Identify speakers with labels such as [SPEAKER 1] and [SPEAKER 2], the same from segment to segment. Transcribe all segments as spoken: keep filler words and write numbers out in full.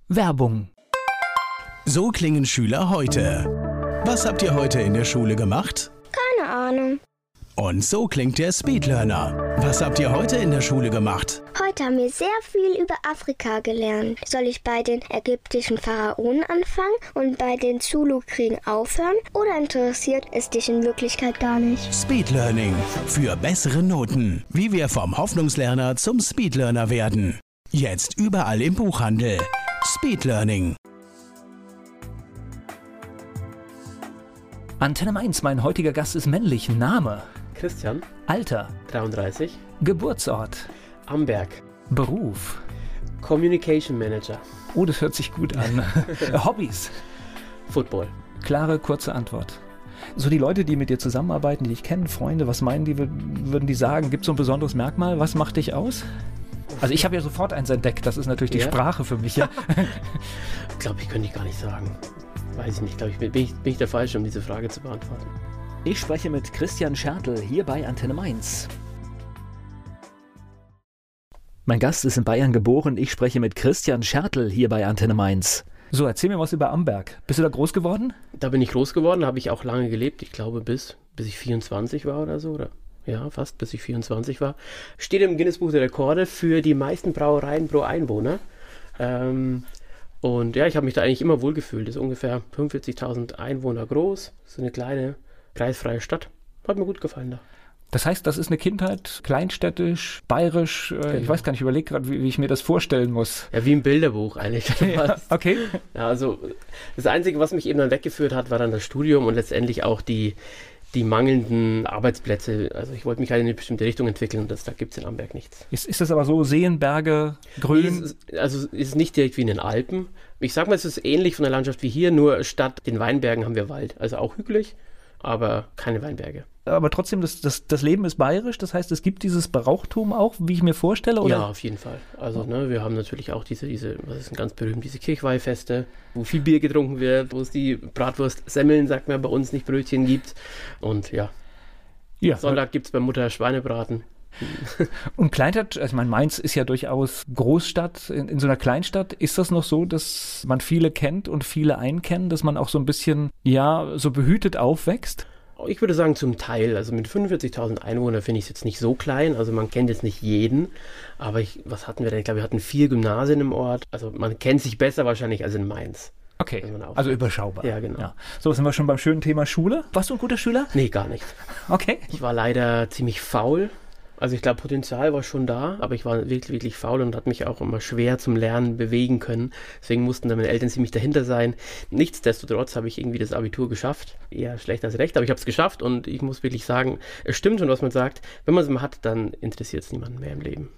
[SPEAKER 1] Werbung.
[SPEAKER 2] So klingen Schüler heute. Was habt ihr heute in der Schule gemacht?
[SPEAKER 3] Keine Ahnung.
[SPEAKER 2] Und so klingt der Speedlearner. Was habt ihr heute in der Schule gemacht?
[SPEAKER 3] Heute haben wir sehr viel über Afrika gelernt. Soll ich bei den ägyptischen Pharaonen anfangen und bei den Zulu-Kriegen aufhören? Oder interessiert es dich in Wirklichkeit gar nicht?
[SPEAKER 2] Speedlearning. Für bessere Noten. Wie wir vom Hoffnungslerner zum Speedlearner werden. Jetzt überall im Buchhandel. Speedlearning.
[SPEAKER 1] Antenne eins, mein heutiger Gast ist männlich. Name?
[SPEAKER 4] Christian.
[SPEAKER 1] Alter?
[SPEAKER 4] dreiunddreißig.
[SPEAKER 1] Geburtsort?
[SPEAKER 4] Amberg.
[SPEAKER 1] Beruf?
[SPEAKER 4] Communication Manager.
[SPEAKER 1] Oh, das hört sich gut an. Hobbys?
[SPEAKER 4] Football.
[SPEAKER 1] Klare, kurze Antwort. So die Leute, die mit dir zusammenarbeiten, die dich kennen, Freunde, was meinen die, würden die sagen? Gibt es so ein besonderes Merkmal? Was macht dich aus? Also ich habe ja sofort eins entdeckt, das ist natürlich die
[SPEAKER 4] Ja?
[SPEAKER 1] Sprache für mich. Ja?
[SPEAKER 4] Ich glaube, ich könnte ich gar nicht sagen. Weiß ich nicht. Glaube ich, bin ich, bin ich der Falsche, um diese Frage zu beantworten.
[SPEAKER 1] Ich spreche mit Christian Schertl hier bei Antenne eins. Mein Gast ist in Bayern geboren. Ich spreche mit Christian Schertl hier bei Antenne eins. So, erzähl mir was über Amberg. Bist du da groß geworden?
[SPEAKER 4] Da bin ich groß geworden, da habe ich auch lange gelebt. Ich glaube, bis, bis ich vierundzwanzig war oder so. Oder? Ja, fast bis ich vierundzwanzig war. Steht im Guinness-Buch der Rekorde für die meisten Brauereien pro Einwohner. Ähm, und ja, ich habe mich da eigentlich immer wohlgefühlt. Das ist ungefähr fünfundvierzigtausend Einwohner groß. Das ist eine kleine, kreisfreie Stadt. Hat mir gut gefallen da.
[SPEAKER 1] Das heißt, das ist eine Kindheit, kleinstädtisch, bayerisch. Äh,
[SPEAKER 4] Genau.
[SPEAKER 1] Ich weiß gar nicht, ich überlege gerade, wie, wie ich mir das vorstellen muss.
[SPEAKER 4] Ja, wie im Bilderbuch eigentlich.
[SPEAKER 1] Ja, okay.
[SPEAKER 4] Ja, also das Einzige, was mich eben dann weggeführt hat, war dann das Studium und letztendlich auch die, die mangelnden Arbeitsplätze. Also ich wollte mich halt in eine bestimmte Richtung entwickeln und das, da gibt es in Amberg nichts.
[SPEAKER 1] Ist, ist das aber so, Seen, Berge, Grün?
[SPEAKER 4] Es ist, also es ist nicht direkt wie in den Alpen. Ich sag mal, es ist ähnlich von der Landschaft wie hier, nur statt den Weinbergen haben wir Wald. Also auch hügelig, aber keine Weinberge.
[SPEAKER 1] Aber trotzdem, das, das, das Leben ist bayerisch, das heißt, es gibt dieses Brauchtum auch, wie ich mir vorstelle, oder?
[SPEAKER 4] Ja, auf jeden Fall. Also ne, wir haben natürlich auch diese, diese, was ist denn ganz berühmt, diese Kirchweihfeste, wo viel Bier getrunken wird, wo es die Bratwurst, Semmeln, sagt man bei uns, nicht Brötchen gibt. Und ja,
[SPEAKER 1] Ja.
[SPEAKER 4] Sonntag gibt es bei Mutter Schweinebraten.
[SPEAKER 1] Und Kleinstadt, also ich meine, Mainz ist ja durchaus Großstadt. In, in so einer Kleinstadt ist das noch so, dass man viele kennt und viele einkennen, dass man auch so ein bisschen, ja, so behütet aufwächst?
[SPEAKER 4] Ich würde sagen zum Teil, also mit fünfundvierzigtausend Einwohnern finde ich es jetzt nicht so klein, also man kennt jetzt nicht jeden, aber ich, was hatten wir denn? Ich glaube, wir hatten vier Gymnasien im Ort, also man kennt sich besser wahrscheinlich als in Mainz.
[SPEAKER 1] Okay,
[SPEAKER 4] Wenn man aufwächst.
[SPEAKER 1] also überschaubar.
[SPEAKER 4] Ja, genau.
[SPEAKER 1] Ja. So, sind wir schon beim schönen Thema Schule. Warst du ein guter Schüler?
[SPEAKER 4] Nee, gar nicht.
[SPEAKER 1] Okay.
[SPEAKER 4] Ich war leider ziemlich faul. Also ich glaube, Potenzial war schon da, aber ich war wirklich, wirklich faul und hat mich auch immer schwer zum Lernen bewegen können. Deswegen mussten dann meine Eltern ziemlich dahinter sein. Nichtsdestotrotz habe ich irgendwie das Abitur geschafft. Eher schlecht als recht, aber ich habe es geschafft und ich muss wirklich sagen, es stimmt schon, was man sagt. Wenn man es mal hat, dann interessiert es niemanden mehr im Leben.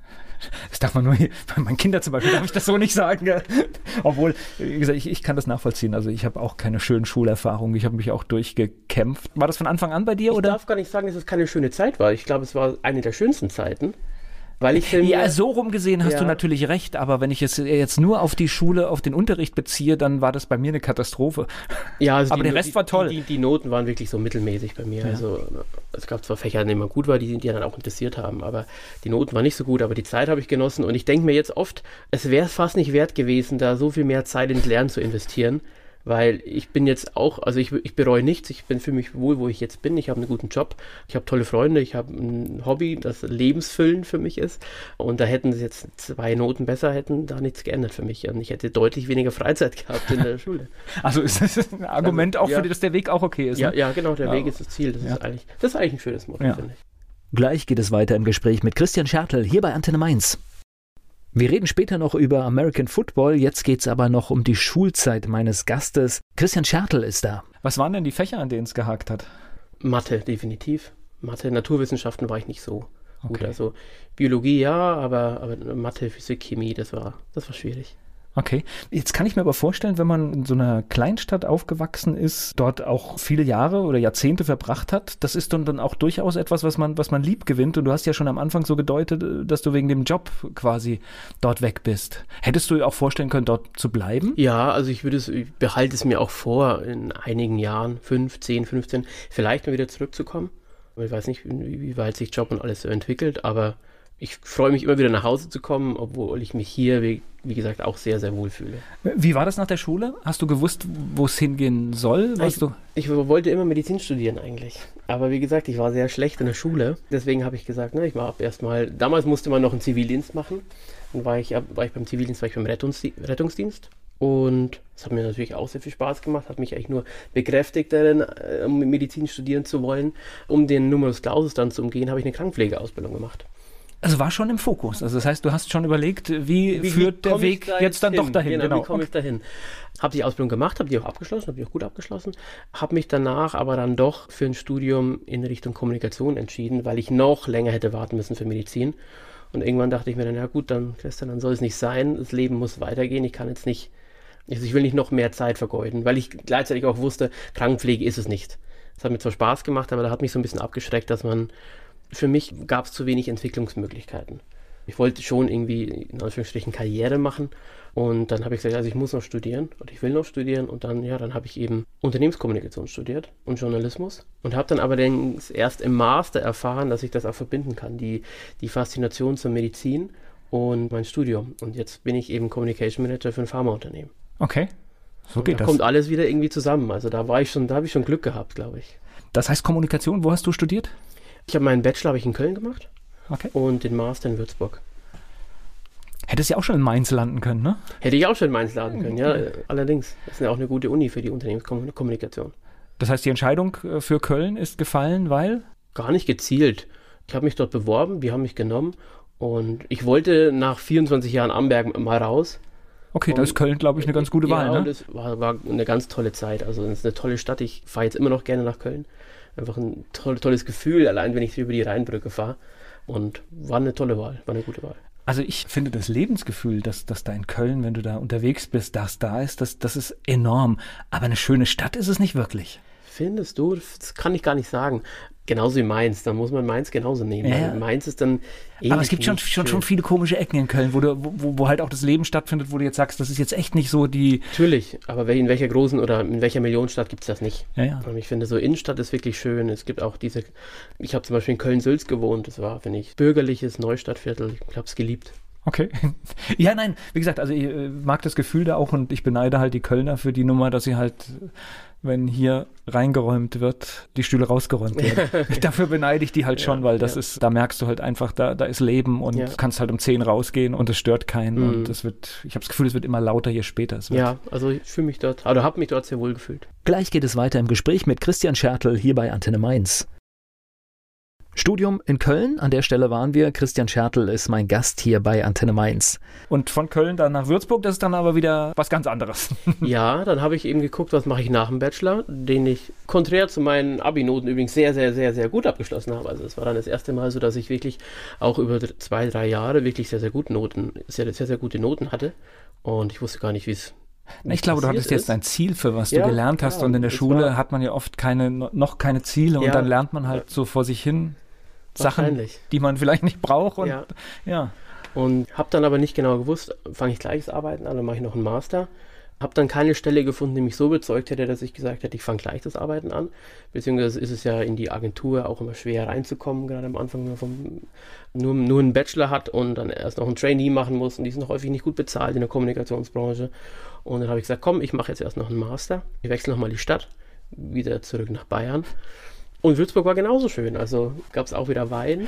[SPEAKER 1] Das darf man nur, hier, bei meinen Kindern zum Beispiel darf ich das so nicht sagen. Ja. Obwohl, wie gesagt, ich, ich kann das nachvollziehen. Also ich habe auch keine schönen Schulerfahrungen. Ich habe mich auch durchgekämpft. War das von Anfang an bei dir,
[SPEAKER 4] Ich
[SPEAKER 1] oder?
[SPEAKER 4] darf gar nicht sagen, dass es keine schöne Zeit war. Ich glaube, es war eine der schönsten Zeiten. Weil ich Filme,
[SPEAKER 1] Ja, so rum gesehen hast
[SPEAKER 4] Ja.
[SPEAKER 1] du natürlich recht, aber wenn ich es jetzt nur auf die Schule, auf den Unterricht beziehe, dann war das bei mir eine Katastrophe.
[SPEAKER 4] Ja, also
[SPEAKER 1] Aber
[SPEAKER 4] die,
[SPEAKER 1] der Rest
[SPEAKER 4] die,
[SPEAKER 1] war toll.
[SPEAKER 4] Die, die, die Noten waren wirklich so mittelmäßig bei mir.
[SPEAKER 1] Ja.
[SPEAKER 4] Also es gab zwar Fächer, in denen man gut war, die, die dann auch interessiert haben, aber die Noten waren nicht so gut, aber die Zeit habe ich genossen und ich denke mir jetzt oft, es wäre fast nicht wert gewesen, da so viel mehr Zeit ins Lernen zu investieren, weil ich bin jetzt auch, also ich, ich bereue nichts, ich bin für mich wohl, wo ich jetzt bin, ich habe einen guten Job, ich habe tolle Freunde, ich habe ein Hobby, das lebensfüllend für mich ist und da hätten sie jetzt zwei Noten besser, hätten da nichts geändert für mich und ich hätte deutlich weniger Freizeit gehabt in der Schule.
[SPEAKER 1] Also ist das ein Argument
[SPEAKER 4] Also,
[SPEAKER 1] auch
[SPEAKER 4] ja.
[SPEAKER 1] für dich, dass der Weg auch okay ist?
[SPEAKER 4] Ja,
[SPEAKER 1] Ne?
[SPEAKER 4] ja, genau, der
[SPEAKER 1] Ja.
[SPEAKER 4] Weg ist das Ziel, das,
[SPEAKER 1] Ja.
[SPEAKER 4] ist eigentlich, das ist eigentlich ein schönes Motto,
[SPEAKER 1] Ja.
[SPEAKER 4] finde ich.
[SPEAKER 1] Gleich geht es weiter im Gespräch mit Christian Schertl hier bei Antenne eins. Wir reden später noch über American Football, jetzt geht es aber noch um die Schulzeit meines Gastes. Christian Schertl ist da. Was waren denn die Fächer, an denen es gehakt hat?
[SPEAKER 4] Mathe, definitiv. Mathe, Naturwissenschaften war ich nicht so gut.
[SPEAKER 1] Okay.
[SPEAKER 4] Also Biologie ja, aber, aber Mathe, Physik, Chemie, das war, das war schwierig.
[SPEAKER 1] Okay. Jetzt kann ich mir aber vorstellen, wenn man in so einer Kleinstadt aufgewachsen ist, dort auch viele Jahre oder Jahrzehnte verbracht hat, das ist dann, dann auch durchaus etwas, was man, was man lieb gewinnt. Und du hast ja schon am Anfang so gedeutet, dass du wegen dem Job quasi dort weg bist. Hättest du dir auch vorstellen können, dort zu bleiben?
[SPEAKER 4] Ja, also ich würde es, ich behalte es mir auch vor, in einigen Jahren, fünf, zehn, fünfzehn, vielleicht mal wieder zurückzukommen. Ich weiß nicht, wie, wie weit sich Job und alles so entwickelt, aber ich freue mich immer wieder nach Hause zu kommen, obwohl ich mich hier, wie, wie gesagt, auch sehr, sehr wohl fühle.
[SPEAKER 1] Wie war das nach der Schule? Hast du gewusst, wo es hingehen soll?
[SPEAKER 4] Ich,
[SPEAKER 1] du?
[SPEAKER 4] ich wollte immer Medizin studieren eigentlich. Aber wie gesagt, ich war sehr schlecht in der Schule. Deswegen habe ich gesagt, ne, ich mache erstmal, damals musste man noch einen Zivildienst machen. Dann war ich, war ich beim Zivildienst, war ich beim Rettungsdienst. Und das hat mir natürlich auch sehr viel Spaß gemacht, hat mich eigentlich nur bekräftigt darin, um Medizin studieren zu wollen. Um den Numerus Clausus dann zu umgehen, habe ich eine Krankenpflegeausbildung gemacht.
[SPEAKER 1] Also war schon im Fokus. Also das heißt, du hast schon überlegt, wie, wie führt der Weg jetzt, jetzt dann
[SPEAKER 4] hin?
[SPEAKER 1] doch dahin?
[SPEAKER 4] Genau,
[SPEAKER 1] genau.
[SPEAKER 4] wie komme ich dahin? Habe die Ausbildung gemacht, habe die auch abgeschlossen, habe die auch gut abgeschlossen, habe mich danach aber dann doch für ein Studium in Richtung Kommunikation entschieden, weil ich noch länger hätte warten müssen für Medizin. Und irgendwann dachte ich mir dann, ja gut, dann Christian, dann soll es nicht sein. Das Leben muss weitergehen. Ich kann jetzt nicht, also ich will nicht noch mehr Zeit vergeuden, weil ich gleichzeitig auch wusste, Krankenpflege ist es nicht. Das hat mir zwar Spaß gemacht, aber da hat mich so ein bisschen abgeschreckt, dass man Für mich gab es zu wenig Entwicklungsmöglichkeiten. Ich wollte schon irgendwie in Anführungsstrichen Karriere machen und dann habe ich gesagt, also ich muss noch studieren und ich will noch studieren und dann, ja, dann habe ich eben Unternehmenskommunikation studiert und Journalismus und habe dann aber dann erst im Master erfahren, dass ich das auch verbinden kann, die, die Faszination zur Medizin und mein Studium. Und jetzt bin ich eben Communication Manager für ein Pharmaunternehmen.
[SPEAKER 1] Okay, so geht
[SPEAKER 4] da
[SPEAKER 1] das.
[SPEAKER 4] kommt alles wieder irgendwie zusammen. Also da war ich schon, da habe ich schon Glück gehabt, glaube ich.
[SPEAKER 1] Das heißt Kommunikation, wo hast du studiert?
[SPEAKER 4] Ich habe meinen Bachelor habe ich in Köln gemacht.
[SPEAKER 1] Okay.
[SPEAKER 4] Und den Master in Würzburg.
[SPEAKER 1] Hättest ja auch schon in Mainz landen können, ne?
[SPEAKER 4] Hätte ich auch schon in Mainz landen können, ja. Allerdings. Das ist ja auch eine gute Uni für die Unternehmenskommunikation.
[SPEAKER 1] Das heißt, die Entscheidung für Köln ist gefallen, weil?
[SPEAKER 4] Gar nicht gezielt. Ich habe mich dort beworben, die haben mich genommen und ich wollte nach vierundzwanzig Jahren Amberg mal raus.
[SPEAKER 1] Okay, da ist Köln, glaube ich, eine ganz gute Wahl,
[SPEAKER 4] ja,
[SPEAKER 1] ne?
[SPEAKER 4] Und es war, war eine ganz tolle Zeit. Also es ist eine tolle Stadt. Ich fahre jetzt immer noch gerne nach Köln. Einfach ein toll, tolles Gefühl, allein wenn ich über die Rheinbrücke fahre. Und war eine tolle Wahl, war eine gute Wahl.
[SPEAKER 1] Also ich finde das Lebensgefühl, dass, dass da in Köln, wenn du da unterwegs bist, das da ist, das, das ist enorm. Aber eine schöne Stadt ist es nicht wirklich.
[SPEAKER 4] Findest du? Das kann ich gar nicht sagen. Genauso wie Mainz, da muss man Mainz genauso nehmen.
[SPEAKER 1] Ja.
[SPEAKER 4] Mainz ist dann
[SPEAKER 1] Aber es gibt schon, schon, schon viele komische Ecken in Köln, wo, du, wo, wo halt auch das Leben stattfindet, wo du jetzt sagst, das ist jetzt echt nicht so die...
[SPEAKER 4] Natürlich, aber in welcher großen oder in welcher Millionenstadt gibt es das nicht?
[SPEAKER 1] Ja, ja.
[SPEAKER 4] Und ich finde, so Innenstadt ist wirklich schön. Es gibt auch diese... Ich habe zum Beispiel in Köln-Sülz gewohnt. Das war, finde ich, bürgerliches Neustadtviertel. Ich habe es geliebt.
[SPEAKER 1] Okay. Ja, nein, wie gesagt, also ich äh, mag das Gefühl da auch und ich beneide halt die Kölner für die Nummer, dass sie halt, wenn hier reingeräumt wird, die Stühle rausgeräumt werden. Dafür beneide ich die halt schon,
[SPEAKER 4] ja,
[SPEAKER 1] weil das
[SPEAKER 4] ja.
[SPEAKER 1] ist, da merkst du halt einfach, da, da ist Leben und
[SPEAKER 4] ja.
[SPEAKER 1] du kannst halt um zehn rausgehen und es stört keinen
[SPEAKER 4] mhm.
[SPEAKER 1] und es wird, ich habe das Gefühl, es wird immer lauter, je später es wird.
[SPEAKER 4] Ja, also ich fühle mich dort, oder habe mich dort sehr wohl gefühlt.
[SPEAKER 5] Gleich geht es weiter im Gespräch mit Christian Schertl hier bei Antenne Mainz. Studium in Köln, an der Stelle waren wir. Christian Schertl ist mein Gast hier bei Antenne Mainz.
[SPEAKER 1] Und von Köln dann nach Würzburg, das ist dann aber wieder was ganz anderes.
[SPEAKER 4] Ja, dann habe ich eben geguckt, was mache ich nach dem Bachelor, den ich konträr zu meinen Abi-Noten übrigens sehr, sehr, sehr, sehr gut abgeschlossen habe. Also es war dann das erste Mal so, dass ich wirklich auch über zwei, drei Jahre wirklich sehr, sehr gute Noten, sehr, sehr, sehr gute Noten hatte. Und ich wusste gar nicht, wie es
[SPEAKER 1] Ich glaube, du hattest jetzt ein Ziel, für was
[SPEAKER 4] ja,
[SPEAKER 1] du gelernt hast.
[SPEAKER 4] ja,
[SPEAKER 1] und in der Schule
[SPEAKER 4] war,
[SPEAKER 1] hat man ja oft keine, noch keine Ziele und
[SPEAKER 4] ja,
[SPEAKER 1] dann lernt man halt
[SPEAKER 4] ja.
[SPEAKER 1] so vor sich hin Sachen, die man vielleicht nicht braucht. Und,
[SPEAKER 4] ja.
[SPEAKER 1] ja.
[SPEAKER 4] Und habe dann aber nicht genau gewusst, fange ich gleich das Arbeiten an, dann mache ich noch einen Master. Habe dann keine Stelle gefunden, die mich so überzeugt hätte, dass ich gesagt hätte, ich fange gleich das Arbeiten an. Beziehungsweise ist es ja in die Agentur auch immer schwer reinzukommen, gerade am Anfang, wenn man vom, nur, nur einen Bachelor hat und dann erst noch einen Trainee machen muss. Und die sind häufig nicht gut bezahlt in der Kommunikationsbranche. Und dann habe ich gesagt, komm, ich mache jetzt erst noch einen Master. Ich wechsle nochmal die Stadt, wieder zurück nach Bayern. Und Würzburg war genauso schön, also gab es auch wieder Wein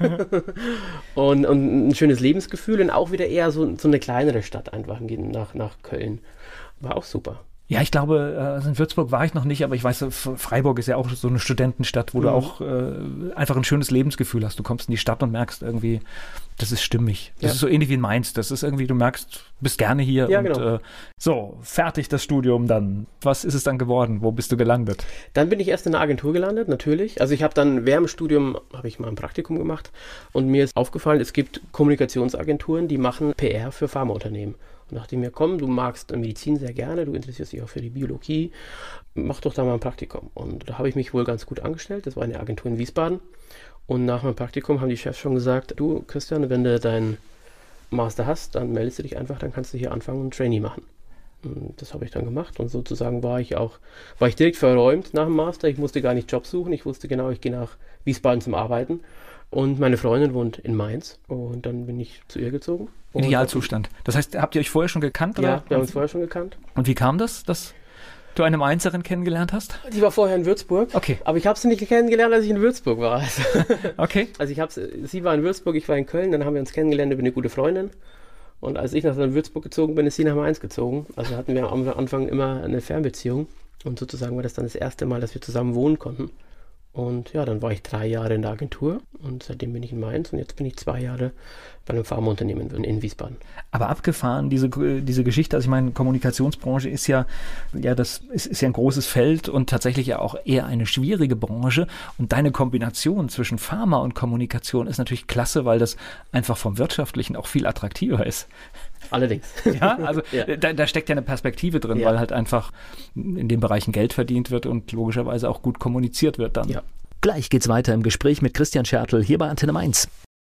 [SPEAKER 4] und, und ein schönes Lebensgefühl und auch wieder eher so, so eine kleinere Stadt einfach nach, nach Köln. War auch super.
[SPEAKER 1] Ja, ich glaube, also in Würzburg war ich noch nicht, aber ich weiß, Freiburg ist ja auch so eine Studentenstadt, wo mhm. du auch äh, einfach ein schönes Lebensgefühl hast. Du kommst in die Stadt und merkst irgendwie, das ist stimmig. Das ja. ist so ähnlich wie in Mainz. Das ist irgendwie, du merkst, du bist gerne hier.
[SPEAKER 4] Ja,
[SPEAKER 1] und
[SPEAKER 4] genau.
[SPEAKER 1] äh, so, fertig das Studium dann. Was ist es dann geworden? Wo bist du gelandet?
[SPEAKER 4] Dann bin ich erst in der Agentur gelandet, natürlich. Also ich habe dann während dem Studium, habe ich mal ein Praktikum gemacht und mir ist aufgefallen, es gibt Kommunikationsagenturen, die machen P R für Pharmaunternehmen. Und dachte ich mir, komm, du magst Medizin sehr gerne, du interessierst dich auch für die Biologie, mach doch da mal ein Praktikum. Und da habe ich mich wohl ganz gut angestellt, das war eine Agentur in Wiesbaden. Und nach meinem Praktikum haben die Chefs schon gesagt, du Christian, wenn du deinen Master hast, dann meldest du dich einfach, dann kannst du hier anfangen und Trainee machen. Und das habe ich dann gemacht und sozusagen war ich auch, war ich direkt verräumt nach dem Master. Ich musste gar nicht Job suchen, ich wusste genau, ich gehe nach Wiesbaden zum Arbeiten. Und meine Freundin wohnt in Mainz und dann bin ich zu ihr gezogen.
[SPEAKER 1] Idealzustand. Das heißt, habt ihr euch vorher schon gekannt? Oder?
[SPEAKER 4] Ja, wir haben uns vorher schon gekannt.
[SPEAKER 1] Und wie kam das, dass du eine Mainzerin kennengelernt hast?
[SPEAKER 4] Die war vorher in Würzburg.
[SPEAKER 1] Okay.
[SPEAKER 4] Aber ich habe sie nicht kennengelernt, als ich in Würzburg war. Also,
[SPEAKER 1] okay.
[SPEAKER 4] Also ich habe sie war in Würzburg, ich war in Köln, dann haben wir uns kennengelernt über eine gute Freundin. Und als ich nach Würzburg gezogen bin, ist sie nach Mainz gezogen. Also hatten wir am Anfang immer eine Fernbeziehung. Und sozusagen war das dann das erste Mal, dass wir zusammen wohnen konnten. Und ja, dann war ich drei Jahre in der Agentur und seitdem bin ich in Mainz und jetzt bin ich zwei Jahre bei einem Pharmaunternehmen in Wiesbaden.
[SPEAKER 1] Aber abgefahren, diese, diese Geschichte, also ich meine, Kommunikationsbranche ist ja, ja, das ist, ist ja ein großes Feld und tatsächlich ja auch eher eine schwierige Branche und deine Kombination zwischen Pharma und Kommunikation ist natürlich klasse, weil das einfach vom Wirtschaftlichen auch viel attraktiver ist.
[SPEAKER 4] Allerdings.
[SPEAKER 1] Ja, also
[SPEAKER 4] ja.
[SPEAKER 1] Da, da steckt ja eine Perspektive drin, ja. Weil halt einfach in den Bereichen Geld verdient wird und logischerweise auch gut kommuniziert wird dann.
[SPEAKER 4] Ja.
[SPEAKER 5] Gleich geht's weiter im Gespräch mit Christian Schertl hier bei Antenne Mainz.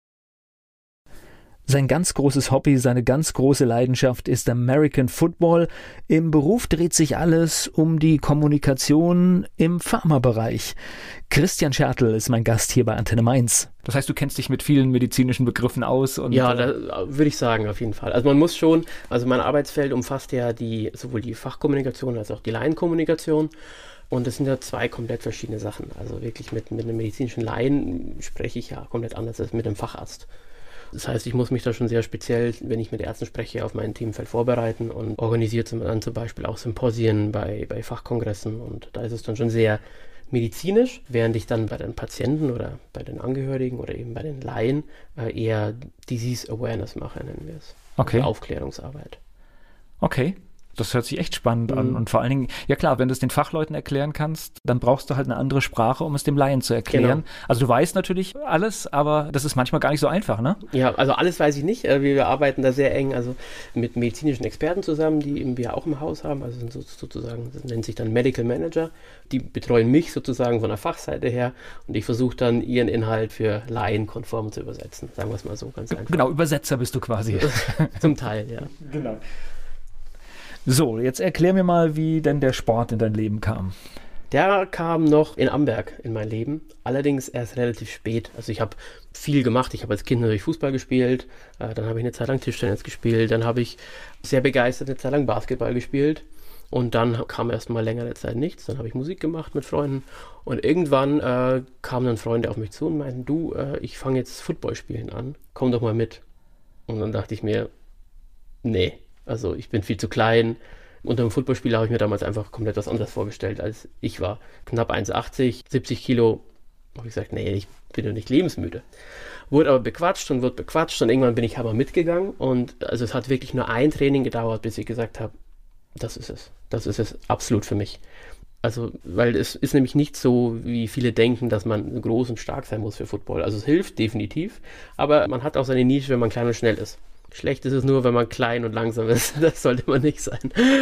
[SPEAKER 5] Sein ganz großes Hobby, seine ganz große Leidenschaft ist American Football. Im Beruf dreht sich alles um die Kommunikation im Pharmabereich. Christian Schertl ist mein Gast hier bei Antenne Mainz.
[SPEAKER 1] Das heißt, du kennst dich mit vielen medizinischen Begriffen aus? Und
[SPEAKER 4] ja, da würde ich sagen, auf jeden Fall. Also man muss schon, also mein Arbeitsfeld umfasst ja die sowohl die Fachkommunikation als auch die Laienkommunikation. Und das sind ja zwei komplett verschiedene Sachen. Also wirklich mit, mit einem medizinischen Laien spreche ich ja komplett anders als mit einem Facharzt. Das heißt, ich muss mich da schon sehr speziell, wenn ich mit Ärzten spreche, auf mein Themenfeld vorbereiten und organisiere dann zum Beispiel auch Symposien bei, bei Fachkongressen. Und da ist es dann schon sehr medizinisch, während ich dann bei den Patienten oder bei den Angehörigen oder eben bei den Laien äh, eher Disease Awareness mache, nennen wir es.
[SPEAKER 1] Okay.
[SPEAKER 4] Also Aufklärungsarbeit.
[SPEAKER 1] Okay. Das hört sich echt spannend mhm. an. Und vor allen Dingen, ja klar, wenn du es den Fachleuten erklären kannst, dann brauchst du halt eine andere Sprache, um es dem Laien zu erklären. Genau. Also du weißt natürlich alles, aber das ist manchmal gar nicht so einfach, ne?
[SPEAKER 4] Ja, also alles weiß ich nicht. Wir arbeiten da sehr eng also mit medizinischen Experten zusammen, die wir auch im Haus haben. Also sind sozusagen, das nennt sich dann Medical Manager. Die betreuen mich sozusagen von der Fachseite her und ich versuche dann ihren Inhalt für Laien konform zu übersetzen. Sagen wir es mal so ganz einfach.
[SPEAKER 1] Genau, Übersetzer bist du quasi.
[SPEAKER 4] Zum Teil, ja.
[SPEAKER 1] Genau. So, jetzt erklär mir mal, wie denn der Sport in dein Leben kam.
[SPEAKER 4] Der kam noch in Amberg in mein Leben, allerdings erst relativ spät. Also ich habe viel gemacht, ich habe als Kind natürlich Fußball gespielt, äh, dann habe ich eine Zeit lang Tischtennis gespielt, dann habe ich sehr begeistert eine Zeit lang Basketball gespielt und dann kam erst mal längere Zeit nichts. Dann habe ich Musik gemacht mit Freunden und irgendwann äh, kamen dann Freunde auf mich zu und meinten, du, äh, ich fange jetzt Football spielen an, komm doch mal mit. Und dann dachte ich mir, nee. Also ich bin viel zu klein. Unter einem Footballspieler habe ich mir damals einfach komplett was anderes vorgestellt, als ich war. Knapp eins Komma achtzig, siebzig Kilo. Habe ich gesagt, nee, ich bin doch nicht lebensmüde. Wurde aber bequatscht und wurde bequatscht und irgendwann bin ich aber mitgegangen. Und also es hat wirklich nur ein Training gedauert, bis ich gesagt habe, das ist es. Das ist es absolut für mich. Also, weil es ist nämlich nicht so, wie viele denken, dass man groß und stark sein muss für Football. Also es hilft definitiv, aber man hat auch seine Nische, wenn man klein und schnell ist. Schlecht ist es nur, wenn man klein und langsam ist. Das sollte man nicht sein.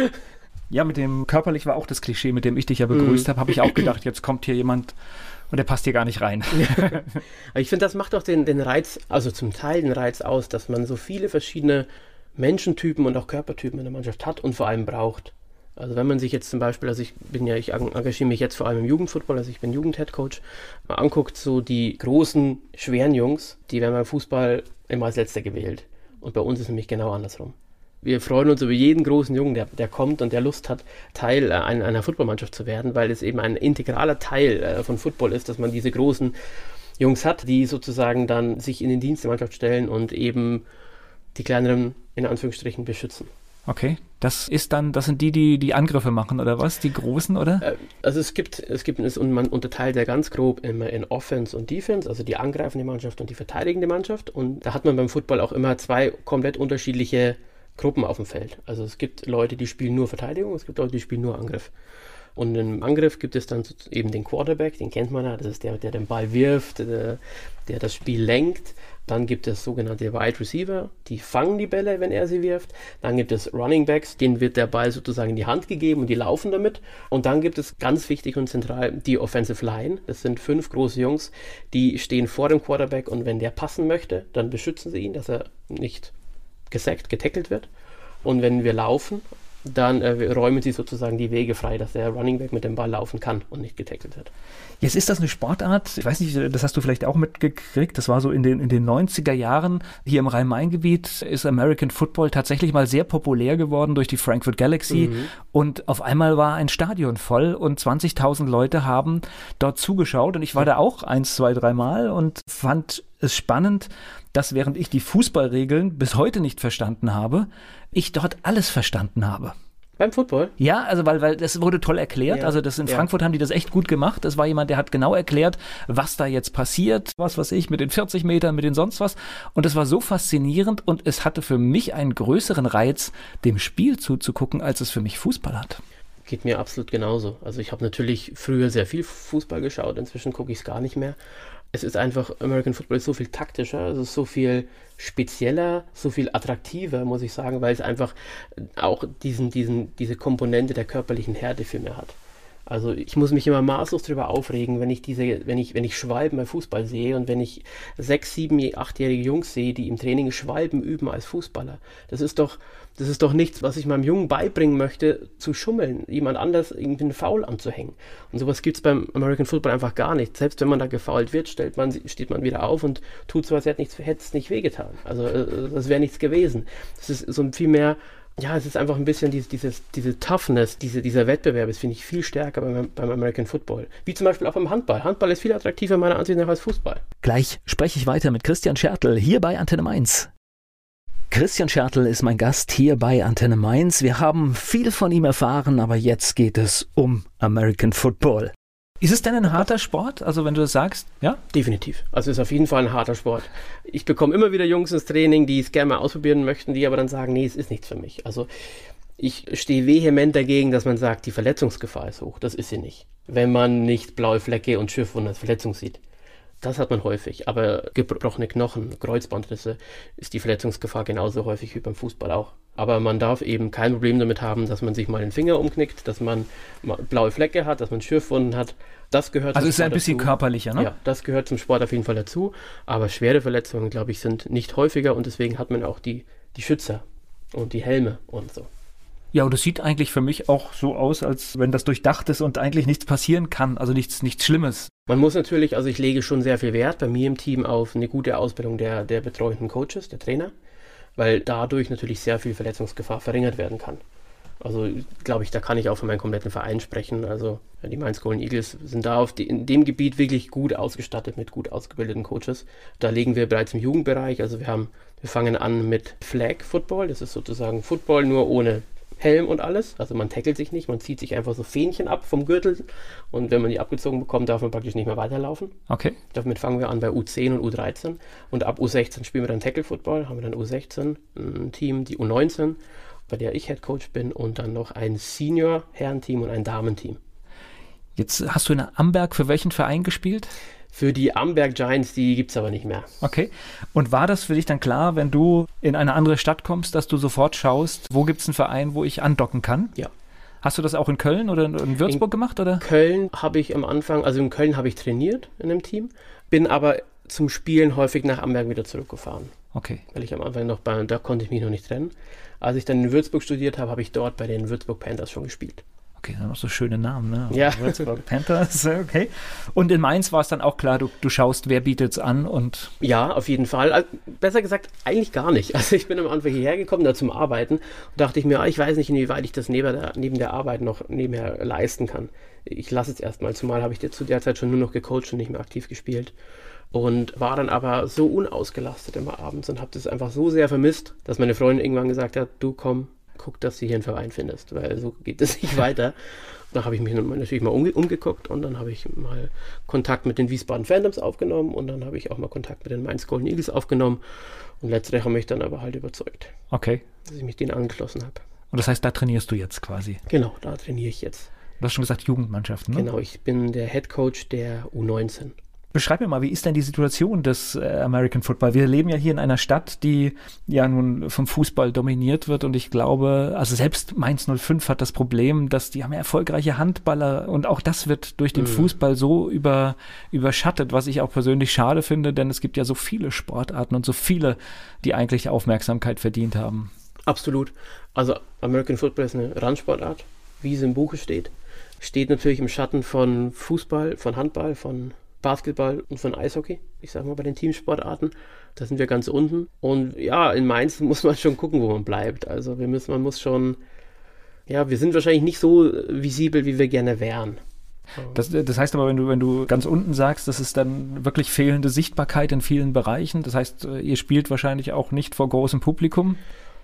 [SPEAKER 1] Ja, mit dem körperlich war auch das Klischee, mit dem ich dich ja begrüßt mm. habe, habe ich auch gedacht, jetzt kommt hier jemand und der passt hier gar nicht rein.
[SPEAKER 4] Aber ich finde, das macht auch den, den Reiz, also zum Teil den Reiz aus, dass man so viele verschiedene Menschentypen und auch Körpertypen in der Mannschaft hat und vor allem braucht. Also wenn man sich jetzt zum Beispiel, also ich bin ja, ich engagiere mich jetzt vor allem im Jugendfootball, also ich bin Jugendheadcoach, mal anguckt, so die großen, schweren Jungs, die werden beim Fußball immer als Letzter gewählt. Und bei uns ist es nämlich genau andersrum. Wir freuen uns über jeden großen Jungen, der, der kommt und der Lust hat, Teil äh, einer, einer Footballmannschaft zu werden, weil es eben ein integraler Teil äh, von Football ist, dass man diese großen Jungs hat, die sozusagen dann sich in den Dienst der Mannschaft stellen und eben die kleineren, in Anführungsstrichen, beschützen.
[SPEAKER 1] Okay, das ist dann, das sind die, die die Angriffe machen, oder was? Die Großen, oder?
[SPEAKER 4] Äh, also es gibt, es gibt, es, und man unterteilt ja ganz grob immer in Offense und Defense, also die angreifende Mannschaft und die verteidigende Mannschaft. Und da hat man beim Football auch immer zwei komplett unterschiedliche Gruppen auf dem Feld. Also es gibt Leute, die spielen nur Verteidigung, es gibt Leute, die spielen nur Angriff. Und im Angriff gibt es dann eben den Quarterback, den kennt man ja, das ist der, der den Ball wirft, der, der das Spiel lenkt. Dann gibt es sogenannte Wide Receiver, die fangen die Bälle, wenn er sie wirft. Dann gibt es Running Backs, denen wird der Ball sozusagen in die Hand gegeben und die laufen damit. Und dann gibt es ganz wichtig und zentral die Offensive Line. Das sind fünf große Jungs, die stehen vor dem Quarterback und wenn der passen möchte, dann beschützen sie ihn, dass er nicht gesackt, getackelt wird. Und wenn wir laufen, dann äh, räumen sie sozusagen die Wege frei, dass der Running Back mit dem Ball laufen kann und nicht getackelt wird.
[SPEAKER 1] Jetzt ist das eine Sportart, ich weiß nicht, das hast du vielleicht auch mitgekriegt, das war so in den, in den neunziger Jahren, hier im Rhein-Main-Gebiet ist American Football tatsächlich mal sehr populär geworden durch die Frankfurt Galaxy mhm. und auf einmal war ein Stadion voll und zwanzigtausend Leute haben dort zugeschaut und ich war ja. da auch eins, zwei, dreimal und fand es spannend, dass während ich die Fußballregeln bis heute nicht verstanden habe, ich dort alles verstanden habe.
[SPEAKER 4] Beim Football?
[SPEAKER 1] Ja, also weil, weil das wurde toll erklärt. Ja, also das in ja. Frankfurt haben die das echt gut gemacht. Das war jemand, der hat genau erklärt, was da jetzt passiert, was weiß ich, mit den vierzig Metern, mit den sonst was. Und das war so faszinierend und es hatte für mich einen größeren Reiz, dem Spiel zuzugucken, als es für mich Fußball hat.
[SPEAKER 4] Geht mir absolut genauso. Also ich habe natürlich früher sehr viel Fußball geschaut, inzwischen gucke ich es gar nicht mehr. Es ist einfach, American Football ist so viel taktischer, es ist so viel spezieller, so viel attraktiver, muss ich sagen, weil es einfach auch diesen, diesen, diese Komponente der körperlichen Härte viel mehr hat. Also ich muss mich immer maßlos darüber aufregen, wenn ich diese, wenn ich, wenn ich Schwalben beim Fußball sehe und wenn ich sechs, sieben, achtjährige Jungs sehe, die im Training Schwalben üben als Fußballer. Das ist doch, das ist doch nichts, was ich meinem Jungen beibringen möchte, zu schummeln, jemand anders irgendwie einen Foul anzuhängen. Und sowas gibt es beim American Football einfach gar nicht. Selbst wenn man da gefoult wird, stellt man, steht man wieder auf und tut so, als hätte es nicht wehgetan. Also das wäre nichts gewesen. Das ist so viel mehr. Ja, es ist einfach ein bisschen dieses, dieses, diese Toughness, diese, dieser Wettbewerb, das finde ich viel stärker beim, beim American Football. Wie zum Beispiel auch beim Handball. Handball ist viel attraktiver meiner Ansicht nach als Fußball.
[SPEAKER 5] Gleich spreche ich weiter mit Christian Schertl hier bei Antenne Mainz. Christian Schertl ist mein Gast hier bei Antenne Mainz. Wir haben viel von ihm erfahren, aber jetzt geht es um American Football.
[SPEAKER 1] Ist es denn ein harter Sport? Also wenn du das sagst, ja?
[SPEAKER 4] Definitiv. Also es ist auf jeden Fall ein harter Sport. Ich bekomme immer wieder Jungs ins Training, die es gerne mal ausprobieren möchten, die aber dann sagen, nee, es ist nichts für mich. Also ich stehe vehement dagegen, dass man sagt, die Verletzungsgefahr ist hoch. Das ist sie nicht. Wenn man nicht blaue Flecke und Schürfwunden als Verletzung sieht. Das hat man häufig. Aber gebrochene Knochen, Kreuzbandrisse ist die Verletzungsgefahr genauso häufig wie beim Fußball auch. Aber man darf eben kein Problem damit haben, dass man sich mal den Finger umknickt, dass man blaue Flecke hat, dass man Schürfwunden hat. Das gehört
[SPEAKER 1] also
[SPEAKER 4] zum
[SPEAKER 1] ist
[SPEAKER 4] Sport
[SPEAKER 1] ein bisschen
[SPEAKER 4] dazu.
[SPEAKER 1] Körperlicher, ne?
[SPEAKER 4] Ja, das gehört zum Sport auf jeden Fall dazu. Aber schwere Verletzungen, glaube ich, sind nicht häufiger und deswegen hat man auch die, die Schützer und die Helme und so.
[SPEAKER 1] Ja, und das sieht eigentlich für mich auch so aus, als wenn das durchdacht ist und eigentlich nichts passieren kann, also nichts, nichts Schlimmes.
[SPEAKER 4] Man muss natürlich, also ich lege schon sehr viel Wert bei mir im Team auf eine gute Ausbildung der, der betreuenden Coaches, der Trainer, weil dadurch natürlich sehr viel Verletzungsgefahr verringert werden kann. Also glaube ich, da kann ich auch für meinen kompletten Verein sprechen. Also ja, die Mainz Golden Eagles sind da auf die, in dem Gebiet wirklich gut ausgestattet mit gut ausgebildeten Coaches. Da legen wir bereits im Jugendbereich, also wir haben, wir fangen an mit Flag Football, das ist sozusagen Football nur ohne Helm und alles, also man tackelt sich nicht, man zieht sich einfach so Fähnchen ab vom Gürtel und wenn man die abgezogen bekommt, darf man praktisch nicht mehr weiterlaufen.
[SPEAKER 1] Okay.
[SPEAKER 4] Damit fangen wir an bei U zehn und U dreizehn und ab U sechzehn spielen wir dann Tackle-Football, haben wir dann U sechzehn ein Team, die U neunzehn, bei der ich Head Coach bin und dann noch ein Senior-Herrenteam und ein Damenteam.
[SPEAKER 1] Jetzt hast du in Amberg für welchen Verein gespielt?
[SPEAKER 4] Für die Amberg Giants, die gibt es aber nicht mehr.
[SPEAKER 1] Okay. Und war das für dich dann klar, wenn du in eine andere Stadt kommst, dass du sofort schaust, wo gibt es einen Verein, wo ich andocken kann?
[SPEAKER 4] Ja.
[SPEAKER 1] Hast du das auch in Köln oder in Würzburg in gemacht? Oder?
[SPEAKER 4] Köln habe ich am Anfang, also in Köln habe ich trainiert in einem Team, bin aber zum Spielen häufig nach Amberg wieder zurückgefahren.
[SPEAKER 1] Okay.
[SPEAKER 4] Weil ich am Anfang noch bei, da konnte ich mich noch nicht trennen. Als ich dann in Würzburg studiert habe, habe ich dort bei den Würzburg Panthers schon gespielt.
[SPEAKER 1] Okay, dann noch so schöne Namen, ne?
[SPEAKER 4] Ja.
[SPEAKER 1] Würzburg Panthers, okay. Und in Mainz war es dann auch klar, du, du schaust, wer bietet es an und...
[SPEAKER 4] Ja, auf jeden Fall. Also, besser gesagt, eigentlich gar nicht. Also ich bin am Anfang hierher gekommen, da zum Arbeiten und dachte ich mir, ah, ich weiß nicht, inwieweit ich das neben der, neben der Arbeit noch nebenher leisten kann. Ich lasse es erstmal, zumal habe ich zu der Zeit schon nur noch gecoacht und nicht mehr aktiv gespielt. Und war dann aber so unausgelastet immer abends und habe das einfach so sehr vermisst, dass meine Freundin irgendwann gesagt hat, du komm, guck, dass du hier einen Verein findest, weil so geht es nicht weiter. Da habe ich mich natürlich mal umge- umgeguckt und dann habe ich mal Kontakt mit den Wiesbaden Phantoms aufgenommen und dann habe ich auch mal Kontakt mit den Mainz Golden Eagles aufgenommen und letztere haben mich dann aber halt überzeugt.
[SPEAKER 1] Okay.
[SPEAKER 4] Dass ich mich denen angeschlossen habe.
[SPEAKER 1] Und das heißt, da trainierst du jetzt quasi?
[SPEAKER 4] Genau, da trainiere ich jetzt.
[SPEAKER 1] Du hast schon gesagt, Jugendmannschaften, ne?
[SPEAKER 4] Genau, ich bin der Head Coach der U neunzehn.
[SPEAKER 1] Beschreib mir mal, wie ist denn die Situation des äh, American Football? Wir leben ja hier in einer Stadt, die ja nun vom Fußball dominiert wird und ich glaube, also selbst Mainz null fünf hat das Problem, dass die haben ja erfolgreiche Handballer und auch das wird durch den mhm. Fußball so über, überschattet, was ich auch persönlich schade finde, denn es gibt ja so viele Sportarten und so viele, die eigentlich Aufmerksamkeit verdient haben.
[SPEAKER 4] Absolut. Also American Football ist eine Randsportart, wie es im Buche steht. Steht natürlich im Schatten von Fußball, von Handball, von Basketball und von Eishockey. Ich sage mal bei den Teamsportarten. Da sind wir ganz unten. Und ja, in Mainz muss man schon gucken, wo man bleibt. Also wir müssen, man muss schon, ja, wir sind wahrscheinlich nicht so visibel, wie wir gerne wären.
[SPEAKER 1] Das, das heißt aber, wenn du, wenn du ganz unten sagst, das ist dann wirklich fehlende Sichtbarkeit in vielen Bereichen. Das heißt, ihr spielt wahrscheinlich auch nicht vor großem Publikum.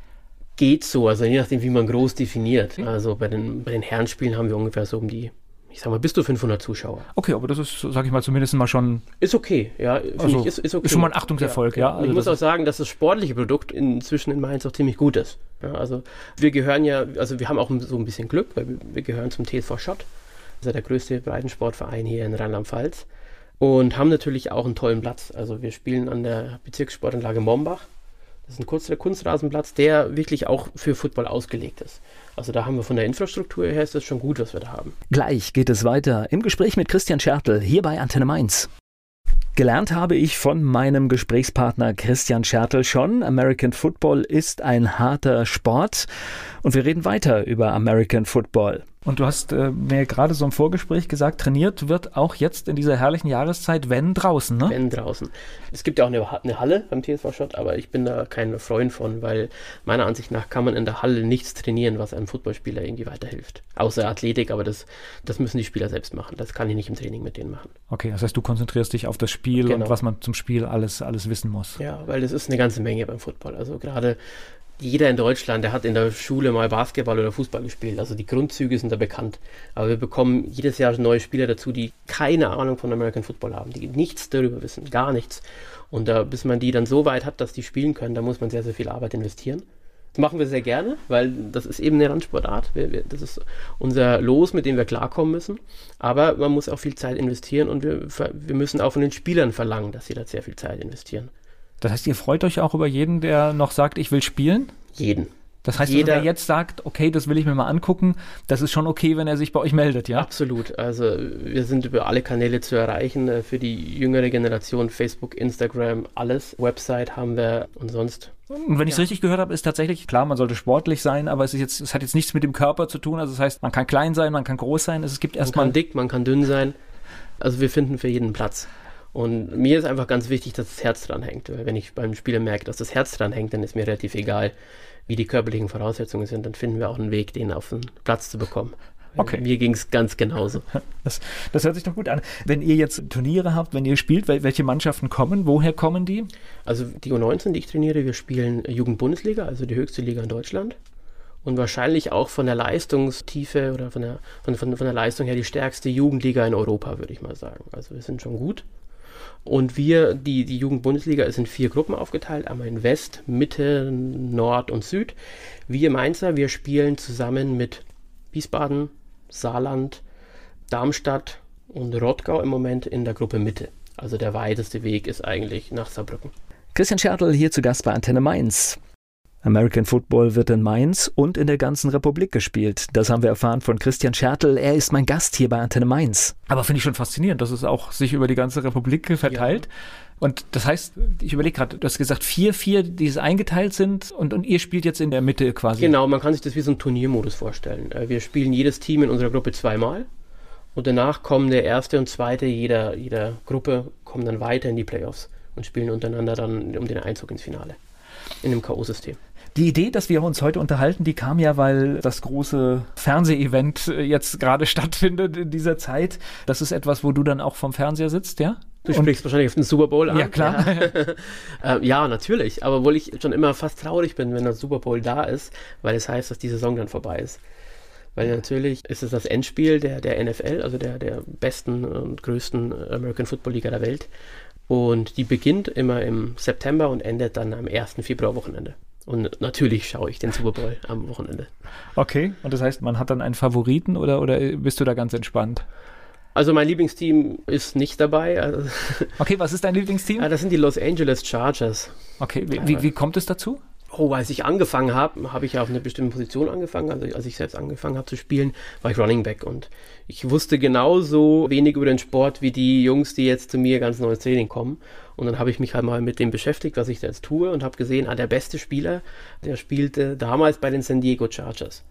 [SPEAKER 4] Geht so, also je nachdem, wie man groß definiert. Also bei den, bei den Herrenspielen haben wir ungefähr so um die, ich sag mal, bis zu fünfhundert Zuschauer.
[SPEAKER 1] Okay, aber das ist, sag ich mal, zumindest mal schon...
[SPEAKER 4] Ist okay, ja.
[SPEAKER 1] Also,
[SPEAKER 4] ich, ist, ist, okay.
[SPEAKER 1] Ist schon mal ein Achtungserfolg, ja. ja.
[SPEAKER 4] Also ich muss auch sagen, dass das sportliche Produkt inzwischen in Mainz auch ziemlich gut ist. Ja, also wir gehören ja, also wir haben auch so ein bisschen Glück, weil wir, wir gehören zum T S V Schott, also der größte Breitensportverein hier in Rheinland-Pfalz, und haben natürlich auch einen tollen Platz. Also wir spielen an der Bezirkssportanlage Mombach. Das ist ein kurzer Kunstrasenplatz, der wirklich auch für Football ausgelegt ist. Also da haben wir von der Infrastruktur her, ist das schon gut, was wir da haben.
[SPEAKER 5] Gleich geht es weiter im Gespräch mit Christian Schertl hier bei Antenne Mainz. Gelernt habe ich von meinem Gesprächspartner Christian Schertl schon. American Football ist ein harter Sport und wir reden weiter über American Football.
[SPEAKER 1] Und du hast äh, mir gerade so im Vorgespräch gesagt, trainiert wird auch jetzt in dieser herrlichen Jahreszeit, wenn draußen, ne?
[SPEAKER 4] Wenn draußen. Es gibt ja auch eine, eine Halle beim T S V Schott, aber ich bin da kein Freund von, weil meiner Ansicht nach kann man in der Halle nichts trainieren, was einem Footballspieler irgendwie weiterhilft. Außer Athletik, aber das, das müssen die Spieler selbst machen. Das kann ich nicht im Training mit denen machen.
[SPEAKER 1] Okay, das heißt, du konzentrierst dich auf das Spiel
[SPEAKER 4] Genau.
[SPEAKER 1] und was man zum Spiel alles, alles wissen muss.
[SPEAKER 4] Ja, weil das ist eine ganze Menge beim Football. Also gerade jeder in Deutschland, der hat in der Schule mal Basketball oder Fußball gespielt. Also die Grundzüge sind da bekannt. Aber wir bekommen jedes Jahr neue Spieler dazu, die keine Ahnung von American Football haben, die nichts darüber wissen, gar nichts. Und da, bis man die dann so weit hat, dass die spielen können, da muss man sehr, sehr viel Arbeit investieren. Das machen wir sehr gerne, weil das ist eben eine Randsportart. Wir, wir, das ist unser Los, mit dem wir klarkommen müssen. Aber man muss auch viel Zeit investieren und wir, wir müssen auch von den Spielern verlangen, dass sie da sehr viel Zeit investieren.
[SPEAKER 1] Das heißt, ihr freut euch auch über jeden, der noch sagt, ich will spielen?
[SPEAKER 4] Jeden.
[SPEAKER 1] Das heißt,
[SPEAKER 4] Jeder,
[SPEAKER 1] wenn er jetzt sagt, okay, das will ich mir mal angucken, das ist schon okay, wenn er sich bei euch meldet, ja?
[SPEAKER 4] Absolut. Also wir sind über alle Kanäle zu erreichen. Für die jüngere Generation, Facebook, Instagram, alles. Website haben wir und sonst.
[SPEAKER 1] Und wenn ich es ja. richtig gehört habe, ist tatsächlich, klar, man sollte sportlich sein, aber es ist jetzt, es hat jetzt nichts mit dem Körper zu tun. Also das heißt, man kann klein sein, man kann groß sein. Es gibt erstmal.
[SPEAKER 4] Man kann dick, man kann dünn sein. Also wir finden für jeden Platz. Und mir ist einfach ganz wichtig, dass das Herz dran hängt. Wenn ich beim Spieler merke, dass das Herz dran hängt, dann ist mir relativ egal, wie die körperlichen Voraussetzungen sind. Dann finden wir auch einen Weg, den auf den Platz zu bekommen.
[SPEAKER 1] Okay.
[SPEAKER 4] Mir ging es ganz genauso.
[SPEAKER 1] Das, das hört sich doch gut an. Wenn ihr jetzt Turniere habt, wenn ihr spielt, welche Mannschaften kommen? Woher kommen die?
[SPEAKER 4] Also die U neunzehn, die ich trainiere, wir spielen Jugendbundesliga, also die höchste Liga in Deutschland. Und wahrscheinlich auch von der Leistungstiefe oder von der, von, von, von der Leistung her die stärkste Jugendliga in Europa, würde ich mal sagen. Also wir sind schon gut. Und wir, die, die Jugendbundesliga ist in vier Gruppen aufgeteilt, einmal in West, Mitte, Nord und Süd. Wir Mainzer, wir spielen zusammen mit Wiesbaden, Saarland, Darmstadt und Rottgau im Moment in der Gruppe Mitte. Also der weiteste Weg ist eigentlich nach Saarbrücken.
[SPEAKER 5] Christian Schertl hier zu Gast bei Antenne Mainz. American Football wird in Mainz und in der ganzen Republik gespielt. Das haben wir erfahren von Christian Schertl. Er ist mein Gast hier bei Antenne Mainz.
[SPEAKER 1] Aber finde ich schon faszinierend, dass es auch sich über die ganze Republik verteilt. Ja. Und das heißt, ich überlege gerade, du hast gesagt, vier, vier, die es eingeteilt sind und, und ihr spielt jetzt in der Mitte quasi.
[SPEAKER 4] Genau, man kann sich das wie so ein Turniermodus vorstellen. Wir spielen jedes Team in unserer Gruppe zweimal und danach kommen der erste und zweite jeder, jeder Gruppe, kommen dann weiter in die Playoffs und spielen untereinander dann um den Einzug ins Finale in dem K O-System.
[SPEAKER 1] Die Idee, dass wir uns heute unterhalten, die kam ja, weil das große Fernseh-Event jetzt gerade stattfindet in dieser Zeit. Das ist etwas, wo du dann auch vom Fernseher sitzt, ja?
[SPEAKER 4] Du sprichst wahrscheinlich auf den Super Bowl an.
[SPEAKER 1] Ja, klar.
[SPEAKER 4] Ja. äh, ja, natürlich. Aber obwohl ich schon immer fast traurig bin, wenn der Super Bowl da ist, weil es heißt, dass die Saison dann vorbei ist. Weil natürlich ist es das Endspiel der, der N F L, also der, der besten und größten American Football Liga der Welt. Und die beginnt immer im September und endet dann am ersten Februarwochenende. Und natürlich schaue ich den Super Bowl am Wochenende.
[SPEAKER 1] Okay, und das heißt, man hat dann einen Favoriten oder, oder bist du da ganz entspannt?
[SPEAKER 4] Also mein Lieblingsteam ist nicht dabei. Also
[SPEAKER 1] okay, was ist dein Lieblingsteam?
[SPEAKER 4] Das sind die Los Angeles Chargers.
[SPEAKER 1] Okay, wie, wie, wie kommt es dazu?
[SPEAKER 4] Oh, als ich angefangen habe, habe ich ja auf eine bestimmte Position angefangen. Also als ich selbst angefangen habe zu spielen, war ich Running Back. Und ich wusste genauso wenig über den Sport wie die Jungs, die jetzt zu mir ganz neu ins Training kommen. Und dann habe ich mich halt mal mit dem beschäftigt, was ich da jetzt tue und habe gesehen, ah, der beste Spieler, der spielte damals bei den San Diego Chargers.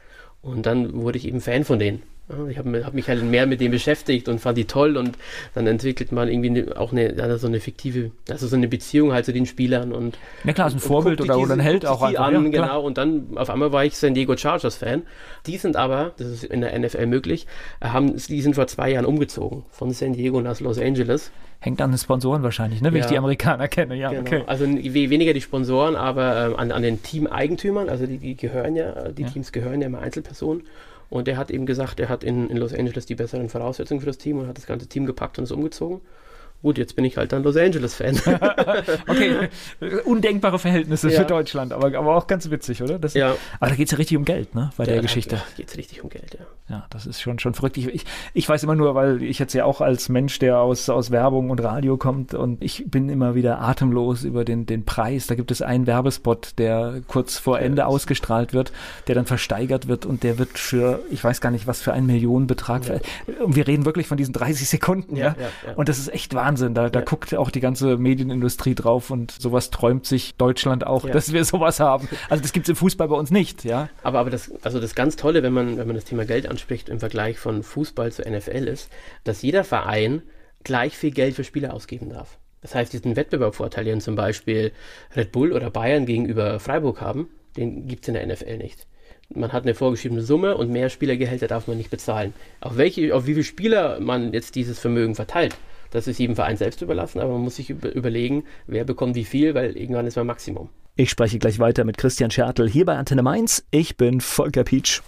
[SPEAKER 4] Und dann wurde ich eben Fan von denen. Ich habe hab mich halt mehr mit dem beschäftigt und fand die toll und dann entwickelt man irgendwie auch eine, also so eine fiktive, also so eine Beziehung halt zu den Spielern und
[SPEAKER 1] ja klar, ist ein Vorbild oder,
[SPEAKER 4] diese,
[SPEAKER 1] oder ein Held auch
[SPEAKER 4] einfach.
[SPEAKER 1] An,
[SPEAKER 4] ja, genau, und dann auf einmal war ich San Diego Chargers Fan. Die sind aber, das ist in der N F L möglich, haben, die sind vor zwei Jahren umgezogen von San Diego nach Los Angeles.
[SPEAKER 1] Hängt an den Sponsoren wahrscheinlich, ne? Wie ja. ich die Amerikaner kenne, ja.
[SPEAKER 4] Genau.
[SPEAKER 1] Okay.
[SPEAKER 4] Also weniger die Sponsoren, aber ähm, an, an den Teameigentümern, also die, die gehören ja, die ja. Teams gehören ja immer Einzelpersonen. Und er hat eben gesagt, er hat in, in Los Angeles die besseren Voraussetzungen für das Team und hat das ganze Team gepackt und ist umgezogen. Gut, jetzt bin ich halt dann Los Angeles-Fan.
[SPEAKER 1] Okay, undenkbare Verhältnisse ja. für Deutschland, aber, aber auch ganz witzig, oder? Das,
[SPEAKER 4] ja.
[SPEAKER 1] Aber da geht es ja richtig um Geld, ne, bei
[SPEAKER 4] ja,
[SPEAKER 1] der Geschichte.
[SPEAKER 4] Da geht es richtig um Geld, ja.
[SPEAKER 1] Ja, das ist schon, schon verrückt. Ich, ich, ich weiß immer nur, weil ich jetzt ja auch als Mensch, der aus, aus Werbung und Radio kommt und ich bin immer wieder atemlos über den, den Preis. Da gibt es einen Werbespot, der kurz vor Ende ja, ausgestrahlt wird, der dann versteigert wird und der wird für, ich weiß gar nicht, was für einen Millionenbetrag. Ja. Und wir reden wirklich von diesen dreißig Sekunden, ja. ja? ja, ja. Und das ist echt Wahnsinn. Da, da ja. guckt auch die ganze Medienindustrie drauf und sowas träumt sich Deutschland auch, ja. dass wir sowas haben. Also das gibt es im Fußball bei uns nicht, ja.
[SPEAKER 4] Aber, aber das, also das ganz Tolle, wenn man, wenn man das Thema Geld anspricht im Vergleich von Fußball zu N F L ist, dass jeder Verein gleich viel Geld für Spieler ausgeben darf. Das heißt, diesen Wettbewerbsvorteil, den zum Beispiel Red Bull oder Bayern gegenüber Freiburg haben, den gibt es in der N F L nicht. Man hat eine vorgeschriebene Summe und mehr Spielergehälter darf man nicht bezahlen. Auf, welche, auf wie viele Spieler man jetzt dieses Vermögen verteilt, das ist jedem Verein selbst überlassen, aber man muss sich über, überlegen, wer bekommt wie viel, weil irgendwann ist man Maximum.
[SPEAKER 5] Ich spreche gleich weiter mit Christian Schertl hier bei Antenne Mainz. Ich bin Volker Pietsch.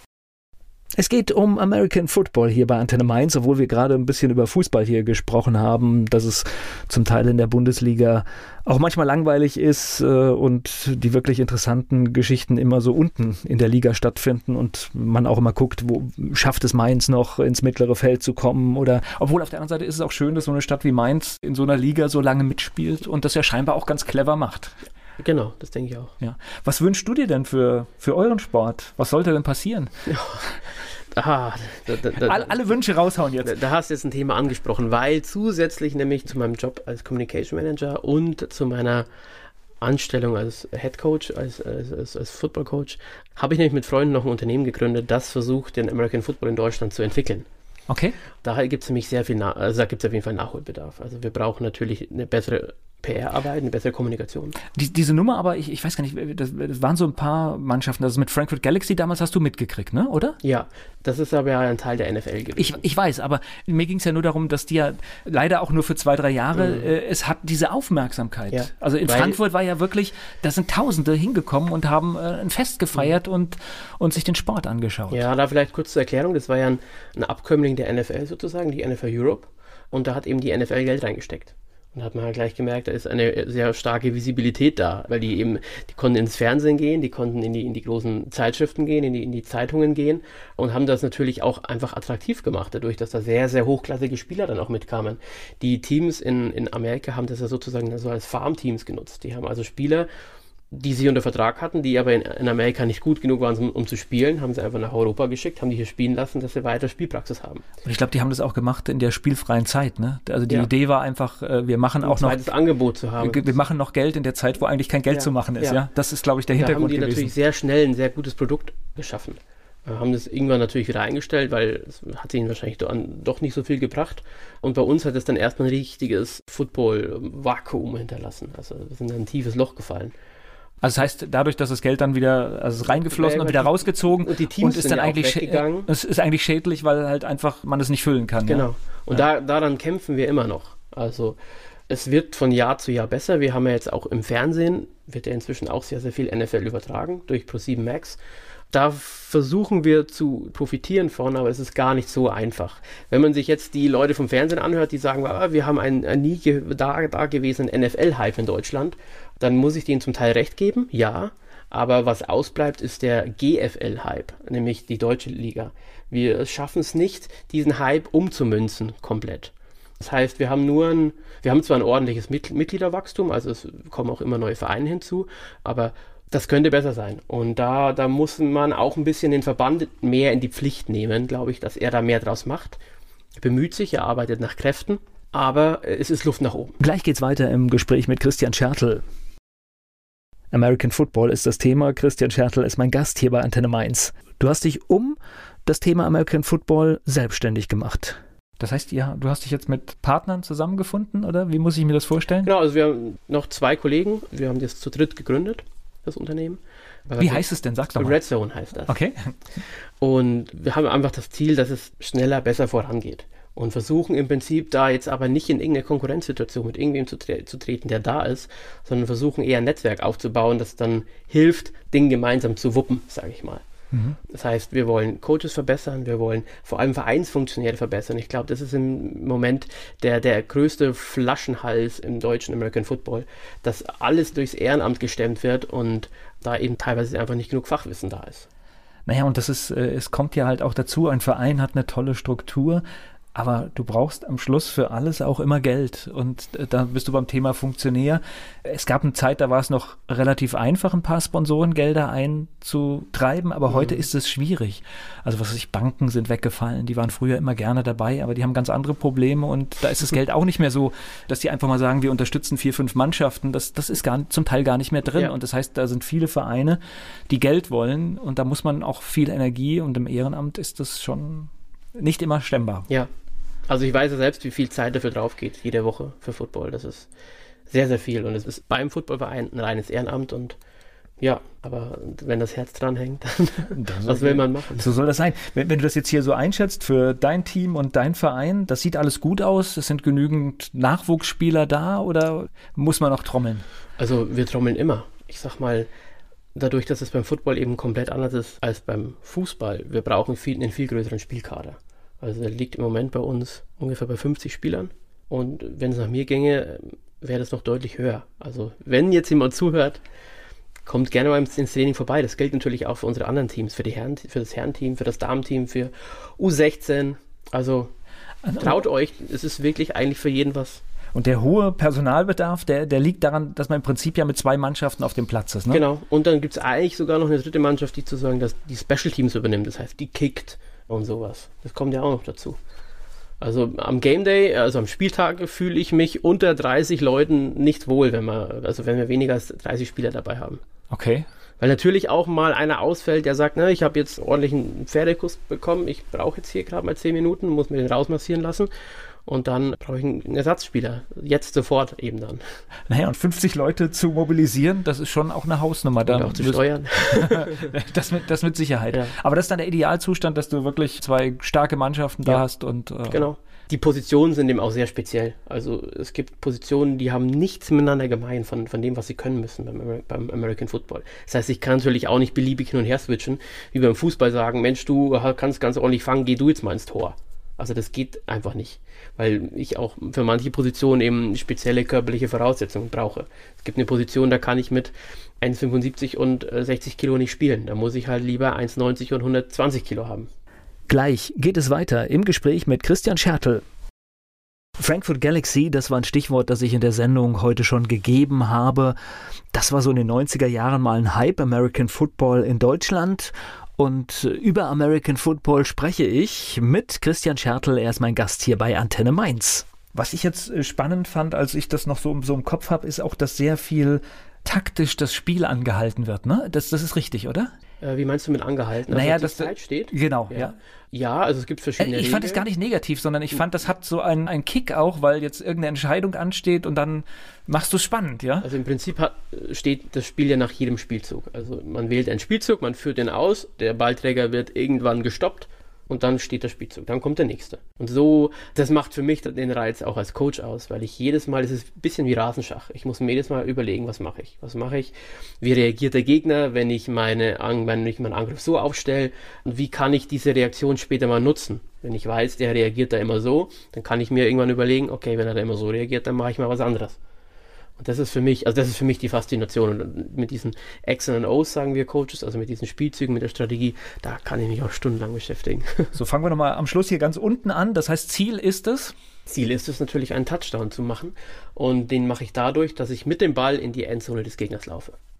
[SPEAKER 5] Es geht um American Football hier bei Antenne Mainz, obwohl wir gerade ein bisschen über Fußball hier gesprochen haben, dass es zum Teil in der Bundesliga auch manchmal langweilig ist äh, und die wirklich interessanten Geschichten immer so unten in der Liga stattfinden und man auch immer guckt, wo schafft es Mainz noch ins mittlere Feld zu kommen oder, obwohl auf der anderen Seite ist es auch schön, dass so eine Stadt wie Mainz in so einer Liga so lange mitspielt und das ja scheinbar auch ganz clever macht.
[SPEAKER 4] Genau, das denke ich auch.
[SPEAKER 1] Ja. Was wünschst du dir denn für, für euren Sport? Was sollte denn passieren?
[SPEAKER 4] Ja. Aha, da, da, da,
[SPEAKER 1] alle, alle Wünsche raushauen jetzt.
[SPEAKER 4] Da, da hast du jetzt ein Thema angesprochen, weil zusätzlich nämlich zu meinem Job als Communication Manager und zu meiner Anstellung als Head Coach, als, als, als, als Football Coach, habe ich nämlich mit Freunden noch ein Unternehmen gegründet, das versucht, den American Football in Deutschland zu entwickeln.
[SPEAKER 1] Okay.
[SPEAKER 4] Daher gibt es nämlich sehr viel, Na- also da gibt es auf jeden Fall Nachholbedarf. Also wir brauchen natürlich eine bessere P R-Arbeit, eine bessere Kommunikation.
[SPEAKER 1] Die, diese Nummer aber, ich, ich weiß gar nicht, das, das waren so ein paar Mannschaften, das ist mit Frankfurt Galaxy damals hast du mitgekriegt, ne, oder?
[SPEAKER 4] Ja, das ist aber ja ein Teil der N F L gewesen.
[SPEAKER 1] Ich, ich weiß, aber mir ging es ja nur darum, dass die ja leider auch nur für zwei, drei Jahre, mhm. äh, es hat diese Aufmerksamkeit. Ja, also in Frankfurt war ja wirklich, da sind Tausende hingekommen und haben äh, ein Fest gefeiert mhm. und, und sich den Sport angeschaut.
[SPEAKER 4] Ja, da vielleicht kurz zur Erklärung, das war ja ein, ein Abkömmling der N F L sozusagen, die N F L Europe, und da hat eben die N F L Geld reingesteckt. Und da hat man halt gleich gemerkt, da ist eine sehr starke Visibilität da, weil die eben, die konnten ins Fernsehen gehen, die konnten in die, in die großen Zeitschriften gehen, in die, in die Zeitungen gehen und haben das natürlich auch einfach attraktiv gemacht, dadurch, dass da sehr, sehr hochklassige Spieler dann auch mitkamen. Die Teams in, in Amerika haben das ja sozusagen so als Farmteams genutzt. Die haben also Spieler, die sie unter Vertrag hatten, die aber in, in Amerika nicht gut genug waren, um, um zu spielen, haben sie einfach nach Europa geschickt, haben die hier spielen lassen, dass sie weiter Spielpraxis haben.
[SPEAKER 1] Und ich glaube, die haben das auch gemacht in der spielfreien Zeit, ne? Also die
[SPEAKER 4] ja.
[SPEAKER 1] Idee war einfach, wir machen
[SPEAKER 4] ein
[SPEAKER 1] auch noch...
[SPEAKER 4] ein zweites Angebot zu haben.
[SPEAKER 1] Wir, wir machen noch Geld in der Zeit, wo eigentlich kein Geld ja. zu machen ist, ja. ja? Das ist, glaube ich, der
[SPEAKER 4] da
[SPEAKER 1] Hintergrund
[SPEAKER 4] gewesen. Da haben die
[SPEAKER 1] gewesen.
[SPEAKER 4] natürlich sehr schnell ein sehr gutes Produkt geschaffen. Wir haben das irgendwann natürlich wieder eingestellt, weil es hat ihnen wahrscheinlich doch nicht so viel gebracht. Und bei uns hat es dann erstmal ein richtiges Football-Vakuum hinterlassen. Also wir sind in ein tiefes Loch gefallen.
[SPEAKER 1] Also das heißt, dadurch, dass das Geld dann wieder also reingeflossen und wieder rausgezogen
[SPEAKER 4] und die Teams
[SPEAKER 1] und ist
[SPEAKER 4] sind
[SPEAKER 1] dann
[SPEAKER 4] ja
[SPEAKER 1] eigentlich
[SPEAKER 4] weggegangen.
[SPEAKER 1] Es ist eigentlich schädlich, weil halt einfach man es nicht füllen kann.
[SPEAKER 4] Genau.
[SPEAKER 1] Ja?
[SPEAKER 4] Und
[SPEAKER 1] ja.
[SPEAKER 4] da, daran kämpfen wir immer noch. Also es wird von Jahr zu Jahr besser. Wir haben ja jetzt auch im Fernsehen, wird ja inzwischen auch sehr, sehr viel N F L übertragen durch ProSieben Max. Da versuchen wir zu profitieren von, aber es ist gar nicht so einfach. Wenn man sich jetzt die Leute vom Fernsehen anhört, die sagen, ah, wir haben einen, einen nie ge- da, da gewesenen N F L-Hype in Deutschland, dann muss ich denen zum Teil recht geben, ja, aber was ausbleibt, ist der G F L-Hype, nämlich die deutsche Liga. Wir schaffen es nicht, diesen Hype umzumünzen komplett. Das heißt, wir haben nur ein, wir haben zwar ein ordentliches Mit- Mitgliederwachstum, also es kommen auch immer neue Vereine hinzu, aber Das könnte besser sein. Und da, da muss man auch ein bisschen den Verband mehr in die Pflicht nehmen, glaube ich, dass er da mehr draus macht. Er bemüht sich, er arbeitet nach Kräften, aber es ist Luft nach oben.
[SPEAKER 5] Gleich geht's weiter im Gespräch mit Christian Schertl. American Football ist das Thema. Christian Schertl ist mein Gast hier bei Antenne Mainz. Du hast dich um das Thema American Football selbstständig gemacht.
[SPEAKER 1] Das heißt, ja, du hast dich jetzt mit Partnern zusammengefunden, oder? Wie muss ich mir das vorstellen?
[SPEAKER 4] Genau, also wir haben noch zwei Kollegen. Wir haben das zu dritt gegründet, das Unternehmen.
[SPEAKER 1] Wie heißt es denn? Sag's doch mal.
[SPEAKER 4] Red Zone heißt das.
[SPEAKER 1] Okay.
[SPEAKER 4] Und wir haben einfach das Ziel, dass es schneller, besser vorangeht. Und versuchen im Prinzip da jetzt aber nicht in irgendeine Konkurrenzsituation mit irgendwem zu, tre- zu treten, der da ist, sondern versuchen eher ein Netzwerk aufzubauen, das dann hilft, Dinge gemeinsam zu wuppen, sage ich mal. Mhm. Das heißt, wir wollen Coaches verbessern, wir wollen vor allem Vereinsfunktionäre verbessern. Ich glaube, das ist im Moment der, der größte Flaschenhals im deutschen American Football, dass alles durchs Ehrenamt gestemmt wird und da eben teilweise einfach nicht genug Fachwissen da ist.
[SPEAKER 1] Naja, und das ist, äh, es kommt ja halt auch dazu, ein Verein hat eine tolle Struktur, aber du brauchst am Schluss für alles auch immer Geld. Und äh, da bist du beim Thema Funktionär. Es gab eine Zeit, da war es noch relativ einfach, ein paar Sponsorengelder einzutreiben, aber mhm. heute ist es schwierig. Also was weiß ich, Banken sind weggefallen, die waren früher immer gerne dabei, aber die haben ganz andere Probleme und da ist das Geld auch nicht mehr so, dass die einfach mal sagen, wir unterstützen vier, fünf Mannschaften. Das, das ist gar, zum Teil gar nicht mehr drin. Ja. Und das heißt, da sind viele Vereine, die Geld wollen und da muss man auch viel Energie und im Ehrenamt ist das schon nicht immer stemmbar.
[SPEAKER 4] Ja, also ich weiß ja selbst, wie viel Zeit dafür drauf geht, jede Woche für Football. Das ist sehr, sehr viel und es ist beim Footballverein ein reines Ehrenamt und ja, aber wenn das Herz dran hängt, dann was will man machen?
[SPEAKER 1] So soll das sein. Wenn, wenn du das jetzt hier so einschätzt für dein Team und dein Verein, das sieht alles gut aus, es sind genügend Nachwuchsspieler da oder muss man noch trommeln?
[SPEAKER 4] Also wir trommeln immer. Ich sag mal, dadurch, dass es beim Football eben komplett anders ist als beim Fußball, wir brauchen viel, einen viel größeren Spielkader. Also der liegt im Moment bei uns ungefähr bei fünfzig Spielern und wenn es nach mir ginge, wäre das noch deutlich höher. Also wenn jetzt jemand zuhört, kommt gerne mal ins Training vorbei. Das gilt natürlich auch für unsere anderen Teams, für, die Herren, für das Herrenteam, für das Damenteam, für U sechzehn. Also traut euch, es ist wirklich eigentlich für jeden was.
[SPEAKER 1] Und der hohe Personalbedarf, der, der liegt daran, dass man im Prinzip ja mit zwei Mannschaften auf dem Platz ist, ne?
[SPEAKER 4] Genau. Und dann gibt es eigentlich sogar noch eine dritte Mannschaft, die sozusagen das, die Special Teams übernimmt. Das heißt, die kickt und sowas. Das kommt ja auch noch dazu. Also am Game Day, also am Spieltag, fühle ich mich unter dreißig Leuten nicht wohl, wenn wir, also wenn wir weniger als dreißig Spieler dabei haben.
[SPEAKER 1] Okay.
[SPEAKER 4] Weil natürlich auch mal einer ausfällt, der sagt, ne, ich habe jetzt ordentlichen Pferdekuss bekommen, ich brauche jetzt hier gerade mal zehn Minuten, muss mir den rausmassieren lassen. Und dann brauche ich einen Ersatzspieler. Jetzt sofort eben dann.
[SPEAKER 1] Naja, und fünfzig Leute zu mobilisieren, das ist schon auch eine Hausnummer.
[SPEAKER 4] Und auch zu steuern.
[SPEAKER 1] das, mit, das mit Sicherheit. Ja. Aber das ist dann der Idealzustand, dass du wirklich zwei starke Mannschaften da ja. hast. Und, äh
[SPEAKER 4] genau. Die Positionen sind eben auch sehr speziell. Also es gibt Positionen, die haben nichts miteinander gemein von, von dem, was sie können müssen beim, Amer- beim American Football. Das heißt, ich kann natürlich auch nicht beliebig hin und her switchen, wie beim Fußball sagen, Mensch, du kannst ganz ordentlich fangen, geh du jetzt mal ins Tor. Also das geht einfach nicht, weil ich auch für manche Positionen eben spezielle körperliche Voraussetzungen brauche. Es gibt eine Position, da kann ich mit eins Komma fünfundsiebzig und äh, sechzig Kilo nicht spielen. Da muss ich halt lieber eins Komma neunzig und hundertzwanzig Kilo haben.
[SPEAKER 5] Gleich geht es weiter im Gespräch mit Christian Schertl. Frankfurt Galaxy, das war ein Stichwort, das ich in der Sendung heute schon gegeben habe. Das war so in den neunziger Jahren mal ein Hype, American Football in Deutschland. Und über American Football spreche ich mit Christian Schertl. Er ist mein Gast hier bei Antenne Mainz.
[SPEAKER 1] Was ich jetzt spannend fand, als ich das noch so, so im Kopf habe, ist auch, dass sehr viel taktisch das Spiel angehalten wird. Ne? Das, das ist richtig, oder?
[SPEAKER 4] Äh, wie meinst du mit angehalten?
[SPEAKER 1] Naja,
[SPEAKER 4] also,
[SPEAKER 1] dass
[SPEAKER 4] die Zeit steht?
[SPEAKER 1] Genau,
[SPEAKER 4] ja.
[SPEAKER 1] ja.
[SPEAKER 4] Ja, also es gibt verschiedene
[SPEAKER 1] Ich fand es gar nicht negativ, sondern ich fand, das hat so einen, einen Kick auch, weil jetzt irgendeine Entscheidung ansteht und dann machst du es spannend, ja?
[SPEAKER 4] Also im Prinzip hat, steht das Spiel ja nach jedem Spielzug. Also man wählt einen Spielzug, man führt den aus, der Ballträger wird irgendwann gestoppt und dann steht der Spielzug, dann kommt der nächste. Und so, das macht für mich den Reiz auch als Coach aus, weil ich jedes Mal, es ist ein bisschen wie Rasenschach, ich muss mir jedes Mal überlegen, was mache ich? Was mache ich? Wie reagiert der Gegner, wenn ich, meine, wenn ich meinen Angriff so aufstelle? Und wie kann ich diese Reaktion später mal nutzen? Wenn ich weiß, der reagiert da immer so, dann kann ich mir irgendwann überlegen, okay, wenn er da immer so reagiert, dann mache ich mal was anderes. Und das ist für mich, also das ist für mich die Faszination. Und mit diesen X's und O's, sagen wir Coaches, also mit diesen Spielzügen, mit der Strategie, da kann ich mich auch stundenlang beschäftigen.
[SPEAKER 1] So, fangen wir nochmal am Schluss hier ganz unten an. Das heißt, Ziel ist es?
[SPEAKER 4] Ziel ist es natürlich, einen Touchdown zu machen. Und den mache ich dadurch, dass ich mit dem Ball in die Endzone des Gegners laufe.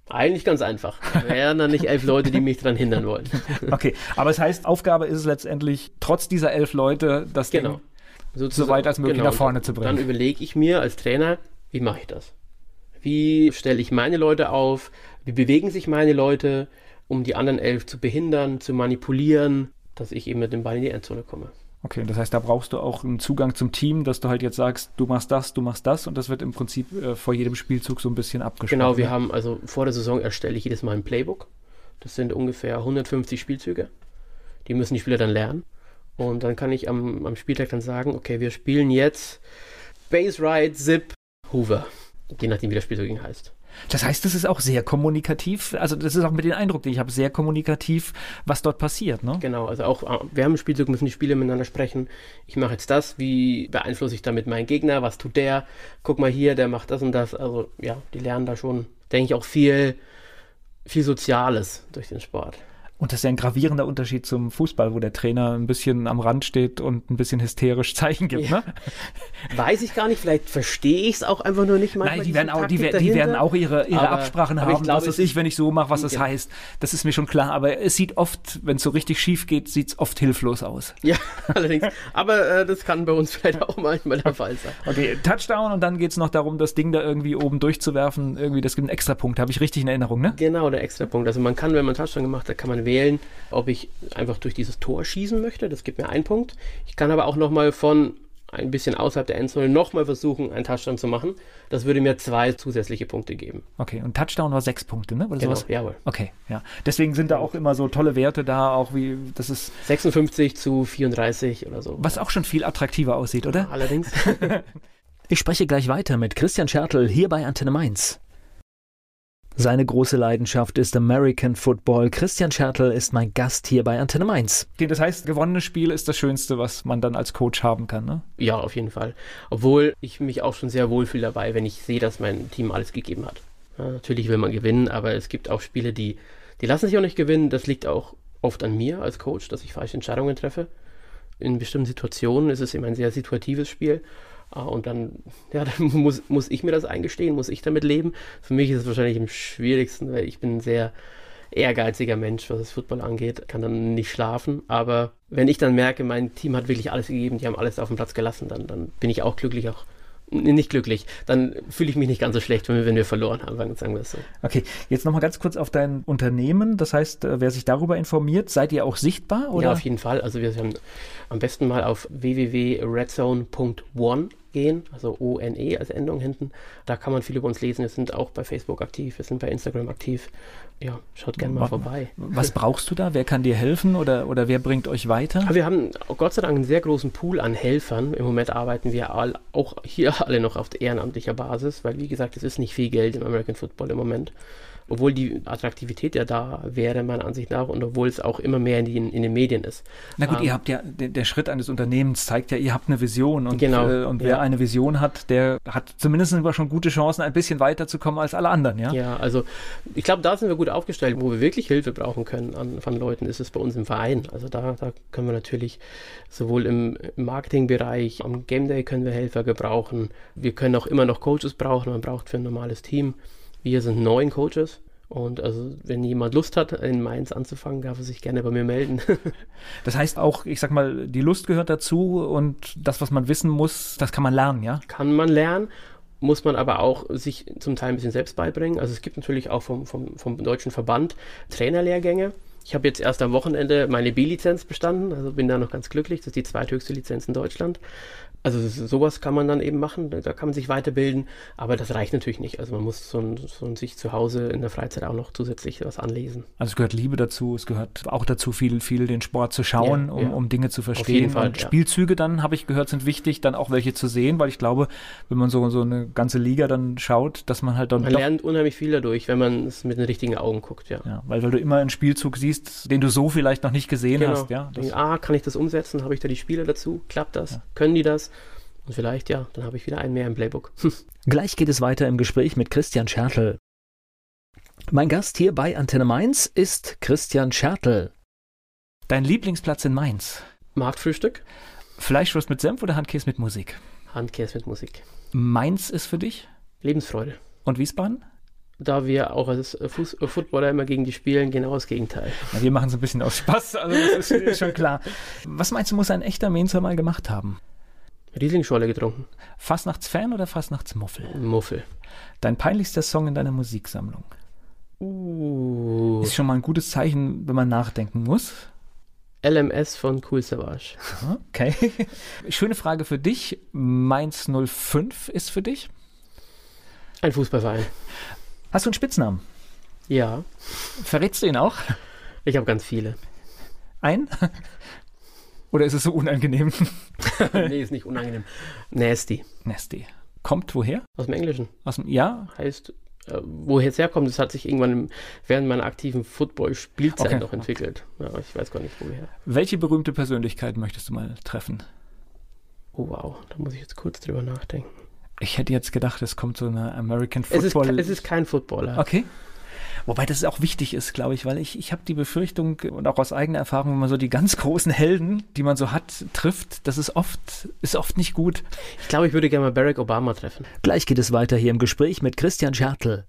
[SPEAKER 4] Eigentlich ganz einfach. Wären dann nicht elf Leute, die mich daran hindern wollen.
[SPEAKER 1] Okay, aber es das heißt, Aufgabe ist es letztendlich, trotz dieser elf Leute, das
[SPEAKER 4] genau.
[SPEAKER 1] Ding
[SPEAKER 4] Sozusagen,
[SPEAKER 1] so weit als möglich
[SPEAKER 4] genau,
[SPEAKER 1] nach vorne
[SPEAKER 4] dann,
[SPEAKER 1] zu bringen.
[SPEAKER 4] Dann überlege ich mir als Trainer, wie mache ich das? Wie stelle ich meine Leute auf? Wie bewegen sich meine Leute, um die anderen elf zu behindern, zu manipulieren, dass ich eben mit dem Ball in die Endzone komme?
[SPEAKER 1] Okay, das heißt, da brauchst du auch einen Zugang zum Team, dass du halt jetzt sagst, du machst das, du machst das und das wird im Prinzip äh, vor jedem Spielzug so ein bisschen abgesprochen.
[SPEAKER 4] Genau, wir haben also vor der Saison erstelle ich jedes Mal ein Playbook. Das sind ungefähr hundertfünfzig Spielzüge. Die müssen die Spieler dann lernen. Und dann kann ich am, am Spieltag dann sagen, okay, wir spielen jetzt Base Ride, Zip, Hoover. Je nachdem, wie der Spielzug heißt.
[SPEAKER 1] Das heißt, das ist auch sehr kommunikativ, also das ist auch mit dem Eindruck, den ich habe, sehr kommunikativ, was dort passiert, ne?
[SPEAKER 4] Genau, also auch während dem Spielzug müssen die Spieler miteinander sprechen. Ich mache jetzt das, wie beeinflusse ich damit meinen Gegner, was tut der? Guck mal hier, der macht das und das. Also ja, die lernen da schon, denke ich, auch viel, viel Soziales durch den Sport.
[SPEAKER 1] Und das ist ja ein gravierender Unterschied zum Fußball, wo der Trainer ein bisschen am Rand steht und ein bisschen hysterisch Zeichen gibt,
[SPEAKER 4] ja.
[SPEAKER 1] ne?
[SPEAKER 4] Weiß ich gar nicht, vielleicht verstehe ich es auch einfach nur nicht.
[SPEAKER 1] Nein, die werden, auch, die, die werden auch ihre, ihre
[SPEAKER 4] aber,
[SPEAKER 1] Absprachen
[SPEAKER 4] aber
[SPEAKER 1] haben,
[SPEAKER 4] glaube,
[SPEAKER 1] was weiß ich, wenn ich so mache, was das
[SPEAKER 4] genau.
[SPEAKER 1] heißt. Das ist mir schon klar, aber es sieht oft, wenn es so richtig schief geht, sieht es oft hilflos aus.
[SPEAKER 4] Ja, allerdings. Aber äh, das kann bei uns vielleicht auch manchmal der Fall sein.
[SPEAKER 1] Okay, Touchdown und dann geht es noch darum, das Ding da irgendwie oben durchzuwerfen. Irgendwie, das gibt einen Extrapunkt, habe ich richtig in Erinnerung, ne?
[SPEAKER 4] Genau, der Extrapunkt. Also man kann, wenn man Touchdown gemacht hat, kann man wählen, ob ich einfach durch dieses Tor schießen möchte. Das gibt mir einen Punkt. Ich kann aber auch nochmal von ein bisschen außerhalb der Endzone nochmal versuchen, einen Touchdown zu machen. Das würde mir zwei zusätzliche Punkte geben.
[SPEAKER 1] Okay, und Touchdown war sechs Punkte, ne? Oder
[SPEAKER 4] genau,
[SPEAKER 1] sowas?
[SPEAKER 4] jawohl.
[SPEAKER 1] Okay, ja. Deswegen sind da auch immer so tolle Werte da, auch wie, das ist...
[SPEAKER 4] sechsundfünfzig zu vierunddreißig oder so.
[SPEAKER 1] Was auch schon viel attraktiver aussieht, oder?
[SPEAKER 4] Allerdings.
[SPEAKER 5] Ich spreche gleich weiter mit Christian Schertl hier bei Antenne Mainz. Seine große Leidenschaft ist American Football. Christian Schertl ist mein Gast hier bei Antenne Mainz.
[SPEAKER 1] Okay, das heißt, gewonnenes Spiel ist das Schönste, was man dann als Coach haben kann, ne?
[SPEAKER 4] Ja, auf jeden Fall. Obwohl ich mich auch schon sehr wohlfühle dabei, wenn ich sehe, dass mein Team alles gegeben hat. Ja, natürlich will man gewinnen, aber es gibt auch Spiele, die, die lassen sich auch nicht gewinnen. Das liegt auch oft an mir als Coach, dass ich falsche Entscheidungen treffe. In bestimmten Situationen ist es immer ein sehr situatives Spiel. Und dann, ja, dann muss, muss ich mir das eingestehen, muss ich damit leben. Für mich ist es wahrscheinlich am schwierigsten, weil ich bin ein sehr ehrgeiziger Mensch, was das Football angeht, kann dann nicht schlafen. Aber wenn ich dann merke, mein Team hat wirklich alles gegeben, die haben alles auf dem Platz gelassen, dann, dann bin ich auch glücklich, auch nicht glücklich. Dann fühle ich mich nicht ganz so schlecht, wenn wir, wenn wir verloren haben, sagen wir es so.
[SPEAKER 1] Okay, jetzt nochmal ganz kurz auf dein Unternehmen. Das heißt, wer sich darüber informiert, seid ihr auch sichtbar? Oder?
[SPEAKER 4] Ja, auf jeden Fall. Also wir haben am besten mal auf w w w punkt redzone punkt one gehen, also O N E als Endung hinten. Da kann man viel über uns lesen. Wir sind auch bei Facebook aktiv, wir sind bei Instagram aktiv. Ja, schaut gerne mal was, vorbei.
[SPEAKER 1] Was brauchst du da? Wer kann dir helfen oder, oder wer bringt euch weiter?
[SPEAKER 4] Wir haben Gott sei Dank einen sehr großen Pool an Helfern. Im Moment arbeiten wir all, auch hier alle noch auf ehrenamtlicher Basis, weil wie gesagt, es ist nicht viel Geld im American Football im Moment. Obwohl die Attraktivität ja da wäre, meiner Ansicht nach, und obwohl es auch immer mehr in, die, in den Medien ist.
[SPEAKER 1] Na gut,
[SPEAKER 4] ähm,
[SPEAKER 1] ihr habt ja, der, der Schritt eines Unternehmens zeigt ja, ihr habt eine Vision und,
[SPEAKER 4] genau,
[SPEAKER 1] äh, und wer
[SPEAKER 4] ja.
[SPEAKER 1] eine Vision hat, der hat zumindest immer schon gute Chancen, ein bisschen weiterzukommen als alle anderen, ja?
[SPEAKER 4] Ja, also ich glaube, da sind wir gut aufgestellt. Wo wir wirklich Hilfe brauchen können an, von Leuten, ist es bei uns im Verein. Also da, da können wir natürlich sowohl im Marketingbereich, am Game Day können wir Helfer gebrauchen. Wir können auch immer noch Coaches brauchen, man braucht für ein normales Team. Wir sind neun Coaches und also wenn jemand Lust hat, in Mainz anzufangen, darf er sich gerne bei mir melden.
[SPEAKER 1] Das heißt auch, ich sag mal, die Lust gehört dazu und das, was man wissen muss, das kann man lernen, ja?
[SPEAKER 4] Kann man lernen, muss man aber auch sich zum Teil ein bisschen selbst beibringen. Also es gibt natürlich auch vom, vom, vom Deutschen Verband Trainerlehrgänge. Ich habe jetzt erst am Wochenende meine B-Lizenz bestanden, also bin da noch ganz glücklich. Das ist die zweithöchste Lizenz in Deutschland. Also sowas kann man dann eben machen, da kann man sich weiterbilden, aber das reicht natürlich nicht. Also man muss so, ein, so sich zu Hause in der Freizeit auch noch zusätzlich was anlesen.
[SPEAKER 1] Also es gehört Liebe dazu, es gehört auch dazu, viel, viel den Sport zu schauen,
[SPEAKER 4] ja,
[SPEAKER 1] um,
[SPEAKER 4] ja.
[SPEAKER 1] um Dinge zu verstehen.
[SPEAKER 4] Auf jeden Fall,
[SPEAKER 1] und
[SPEAKER 4] ja.
[SPEAKER 1] Spielzüge dann, habe ich gehört, sind wichtig, dann auch welche zu sehen, weil ich glaube, wenn man so, so eine ganze Liga dann schaut, dass man halt dann
[SPEAKER 4] Man
[SPEAKER 1] doch,
[SPEAKER 4] lernt unheimlich viel dadurch, wenn man es mit den richtigen Augen guckt, ja.
[SPEAKER 1] ja, weil, weil du immer einen Spielzug siehst, den du so vielleicht noch nicht gesehen
[SPEAKER 4] Genau.
[SPEAKER 1] hast. Ja, das,
[SPEAKER 4] ah, kann ich das umsetzen? Habe ich da die Spieler dazu? Klappt das?
[SPEAKER 1] Ja.
[SPEAKER 4] Können die das? Und vielleicht, ja, dann habe ich wieder einen mehr im Playbook.
[SPEAKER 5] Gleich geht es weiter im Gespräch mit Christian Schertl. Mein Gast hier bei Antenne Mainz ist Christian Schertl.
[SPEAKER 1] Dein Lieblingsplatz in Mainz?
[SPEAKER 4] Marktfrühstück?
[SPEAKER 1] Fleischwurst mit Senf oder Handkäse mit Musik?
[SPEAKER 4] Handkäse mit Musik.
[SPEAKER 1] Mainz ist für dich?
[SPEAKER 4] Lebensfreude.
[SPEAKER 1] Und Wiesbaden?
[SPEAKER 4] da wir auch als Fuß- Footballer immer gegen die spielen, genau das Gegenteil.
[SPEAKER 1] Ja, wir machen es ein bisschen aus Spaß, also das ist, ist schon klar. Was meinst du, muss ein echter Mainzer mal gemacht haben?
[SPEAKER 4] Rieslingscholle getrunken.
[SPEAKER 1] Fastnachtsfan oder Fastnachtsmuffel?
[SPEAKER 4] Muffel.
[SPEAKER 1] Dein peinlichster Song in deiner Musiksammlung?
[SPEAKER 4] Uh.
[SPEAKER 1] Ist schon mal ein gutes Zeichen, wenn man nachdenken muss.
[SPEAKER 4] L M S von Cool Savage.
[SPEAKER 1] Okay. Schöne Frage für dich. Mainz null fünf ist für dich?
[SPEAKER 4] Ein Fußballverein.
[SPEAKER 1] Hast du einen Spitznamen?
[SPEAKER 4] Ja.
[SPEAKER 1] Verrätst du ihn auch?
[SPEAKER 4] Ich habe ganz viele.
[SPEAKER 1] Ein? Oder ist es so unangenehm?
[SPEAKER 4] Nee, ist nicht unangenehm. Nasty.
[SPEAKER 1] Nasty. Kommt woher?
[SPEAKER 4] Aus dem Englischen.
[SPEAKER 1] Aus dem, ja?
[SPEAKER 4] Heißt, äh, woher es herkommt, das hat sich irgendwann im, während meiner aktiven Football-Spielzeit
[SPEAKER 1] Okay.
[SPEAKER 4] noch entwickelt. Ja, ich weiß gar nicht, woher.
[SPEAKER 1] Welche berühmte Persönlichkeit möchtest du mal treffen?
[SPEAKER 4] Oh wow, da muss ich jetzt kurz drüber nachdenken.
[SPEAKER 1] Ich hätte jetzt gedacht, es kommt so eine American
[SPEAKER 4] Es ist,
[SPEAKER 1] Football.
[SPEAKER 4] ke- es ist kein Footballer.
[SPEAKER 1] Okay. Wobei das auch wichtig ist, glaube ich, weil ich, ich habe die Befürchtung und auch aus eigener Erfahrung, wenn man so die ganz großen Helden, die man so hat, trifft, das ist oft, ist oft nicht gut.
[SPEAKER 4] Ich glaube, ich würde gerne mal Barack Obama treffen.
[SPEAKER 5] Gleich geht es weiter hier im Gespräch mit Christian Schertl.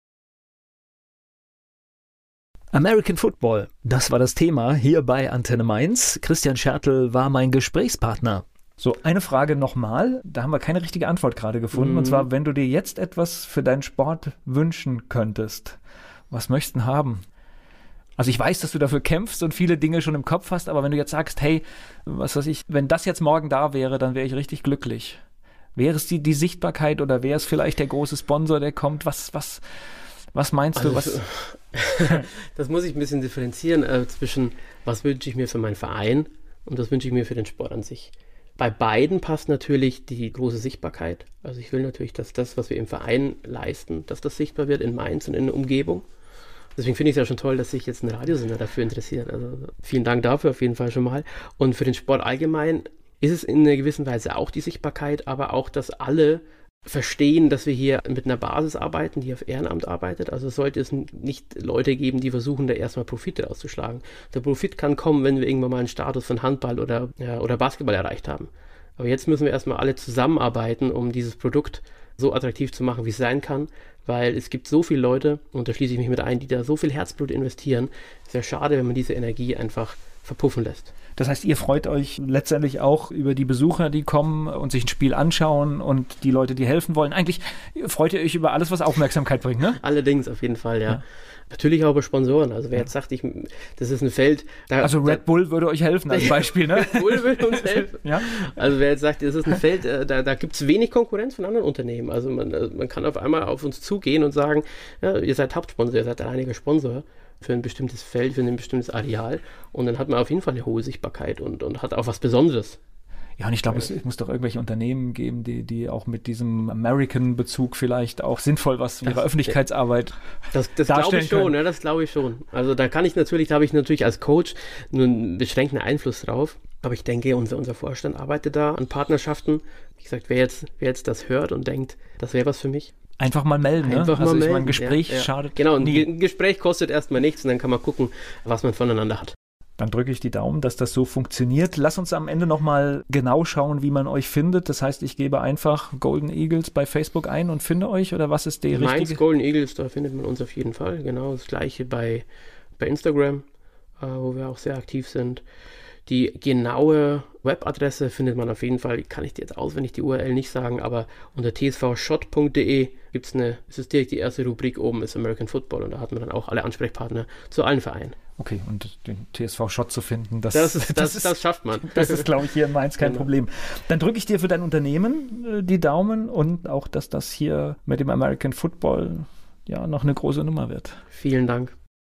[SPEAKER 5] American Football, das war das Thema hier bei Antenne Mainz. Christian Schertl war mein Gesprächspartner.
[SPEAKER 1] So, eine Frage nochmal, da haben wir keine richtige Antwort gerade gefunden.
[SPEAKER 4] Mhm.
[SPEAKER 1] Und zwar, wenn du dir jetzt etwas für deinen Sport wünschen könntest, was möchtest du denn haben? Also ich weiß, dass du dafür kämpfst und viele Dinge schon im Kopf hast, aber wenn du jetzt sagst, hey, was weiß ich, wenn das jetzt morgen da wäre, dann wäre ich richtig glücklich. Wäre es die, die Sichtbarkeit oder wäre es vielleicht der große Sponsor, der kommt? Was, was, was meinst du?
[SPEAKER 4] Also,
[SPEAKER 1] Was?
[SPEAKER 4] das muss ich ein bisschen differenzieren äh, zwischen, was wünsche ich mir für meinen Verein und was wünsche ich mir für den Sport an sich. Bei beiden passt natürlich die große Sichtbarkeit. Also ich will natürlich, dass das, was wir im Verein leisten, dass das sichtbar wird in Mainz und in der Umgebung. Deswegen finde ich es ja schon toll, dass sich jetzt ein Radiosender dafür interessiert. Also vielen Dank dafür auf jeden Fall schon mal. Und für den Sport allgemein ist es in einer gewissen Weise auch die Sichtbarkeit, aber auch, dass alle verstehen, dass wir hier mit einer Basis arbeiten, die auf Ehrenamt arbeitet. Also sollte es nicht Leute geben, die versuchen, da erstmal Profit rauszuschlagen. Der Profit kann kommen, wenn wir irgendwann mal einen Status von Handball oder, ja, oder Basketball erreicht haben. Aber jetzt müssen wir erstmal alle zusammenarbeiten, um dieses Produkt so attraktiv zu machen, wie es sein kann, weil es gibt so viele Leute, und da schließe ich mich mit ein, die da so viel Herzblut investieren. Es wäre schade, wenn man diese Energie einfach verpuffen lässt.
[SPEAKER 1] Das heißt, ihr freut euch letztendlich auch über die Besucher, die kommen und sich ein Spiel anschauen und die Leute, die helfen wollen. Eigentlich freut ihr euch über alles, was Aufmerksamkeit bringt, ne?
[SPEAKER 4] Allerdings, auf jeden Fall, ja.
[SPEAKER 1] Ja.
[SPEAKER 4] Natürlich auch über Sponsoren. Also wer jetzt sagt, ich, das ist ein Feld... Da,
[SPEAKER 1] Also Red Bull würde euch helfen als Beispiel, ne?
[SPEAKER 4] Red Bull würde uns helfen.
[SPEAKER 1] Ja.
[SPEAKER 4] Also wer jetzt sagt, das ist ein Feld, äh, da, da gibt es wenig Konkurrenz von anderen Unternehmen. Also man, äh, man kann auf einmal auf uns zugehen und sagen, ja, ihr seid Hauptsponsor, ihr seid alleiniger Sponsor für ein bestimmtes Feld, für ein bestimmtes Areal. Und dann hat man auf jeden Fall eine hohe Sichtbarkeit und, und hat auch was Besonderes.
[SPEAKER 1] Ja, und ich glaube, es, es muss doch irgendwelche Unternehmen geben, die, die auch mit diesem American-Bezug vielleicht auch sinnvoll was für ihre
[SPEAKER 4] Das-
[SPEAKER 1] Öffentlichkeitsarbeit
[SPEAKER 4] Das, das glaube
[SPEAKER 1] darstellen
[SPEAKER 4] ich schon,
[SPEAKER 1] können.
[SPEAKER 4] ja, das glaube ich schon. Also da kann ich natürlich, da habe ich natürlich als Coach nur einen beschränkten Einfluss drauf. Aber ich denke, unser, unser Vorstand arbeitet da an Partnerschaften. Wie gesagt, wer jetzt, wer jetzt das hört und denkt, das wäre was für mich,
[SPEAKER 1] Einfach mal melden, ne?
[SPEAKER 4] einfach
[SPEAKER 1] Also
[SPEAKER 4] mal
[SPEAKER 1] ich
[SPEAKER 4] melden.
[SPEAKER 1] meine, Gespräch
[SPEAKER 4] Ja, ja.
[SPEAKER 1] schadet
[SPEAKER 4] Genau, ein,
[SPEAKER 1] nie.
[SPEAKER 4] Ge- ein Gespräch kostet erstmal nichts und dann kann man gucken, was man voneinander hat.
[SPEAKER 1] Dann drücke ich die Daumen, dass das so funktioniert. Lass uns am Ende nochmal genau schauen, wie man euch findet. Das heißt, ich gebe einfach Golden Eagles bei Facebook ein und finde euch, oder was ist die
[SPEAKER 4] Mainz
[SPEAKER 1] richtige?
[SPEAKER 4] Golden Eagles, da findet man uns auf jeden Fall. Genau das gleiche bei, bei Instagram, äh, wo wir auch sehr aktiv sind. Die genaue Webadresse findet man auf jeden Fall, kann ich dir jetzt auswendig die U R L nicht sagen, aber unter t s v shot punkt d e gibt es eine, es ist direkt die erste Rubrik oben, ist American Football, und da hat man dann auch alle Ansprechpartner zu allen Vereinen.
[SPEAKER 1] Okay, und den T S V-Shot zu finden, das,
[SPEAKER 4] Das, das, das,
[SPEAKER 1] ist,
[SPEAKER 4] das schafft man.
[SPEAKER 1] das ist, glaube ich, hier in Mainz kein
[SPEAKER 4] Genau.
[SPEAKER 1] Problem. Dann drücke ich dir für dein Unternehmen äh, die Daumen und auch, dass das hier mit dem American Football ja noch eine große Nummer wird.
[SPEAKER 4] Vielen Dank.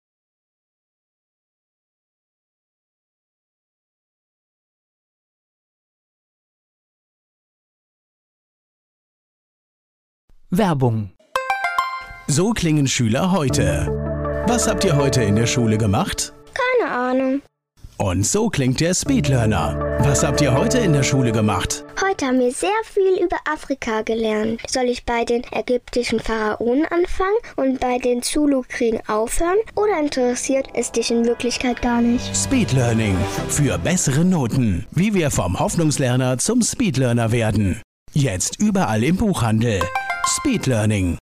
[SPEAKER 5] Werbung.
[SPEAKER 2] So klingen Schüler heute. Was habt ihr heute in der Schule gemacht?
[SPEAKER 3] Keine Ahnung.
[SPEAKER 2] Und so klingt der Speedlearner. Was habt ihr heute in der Schule gemacht?
[SPEAKER 3] Heute haben wir sehr viel über Afrika gelernt. Soll ich bei den ägyptischen Pharaonen anfangen und bei den Zulu-Kriegen aufhören? Oder interessiert es dich in Wirklichkeit gar nicht?
[SPEAKER 2] Speedlearning. Für bessere Noten. Wie wir vom Hoffnungslerner zum Speedlearner werden. Jetzt überall im Buchhandel. Speedlearning.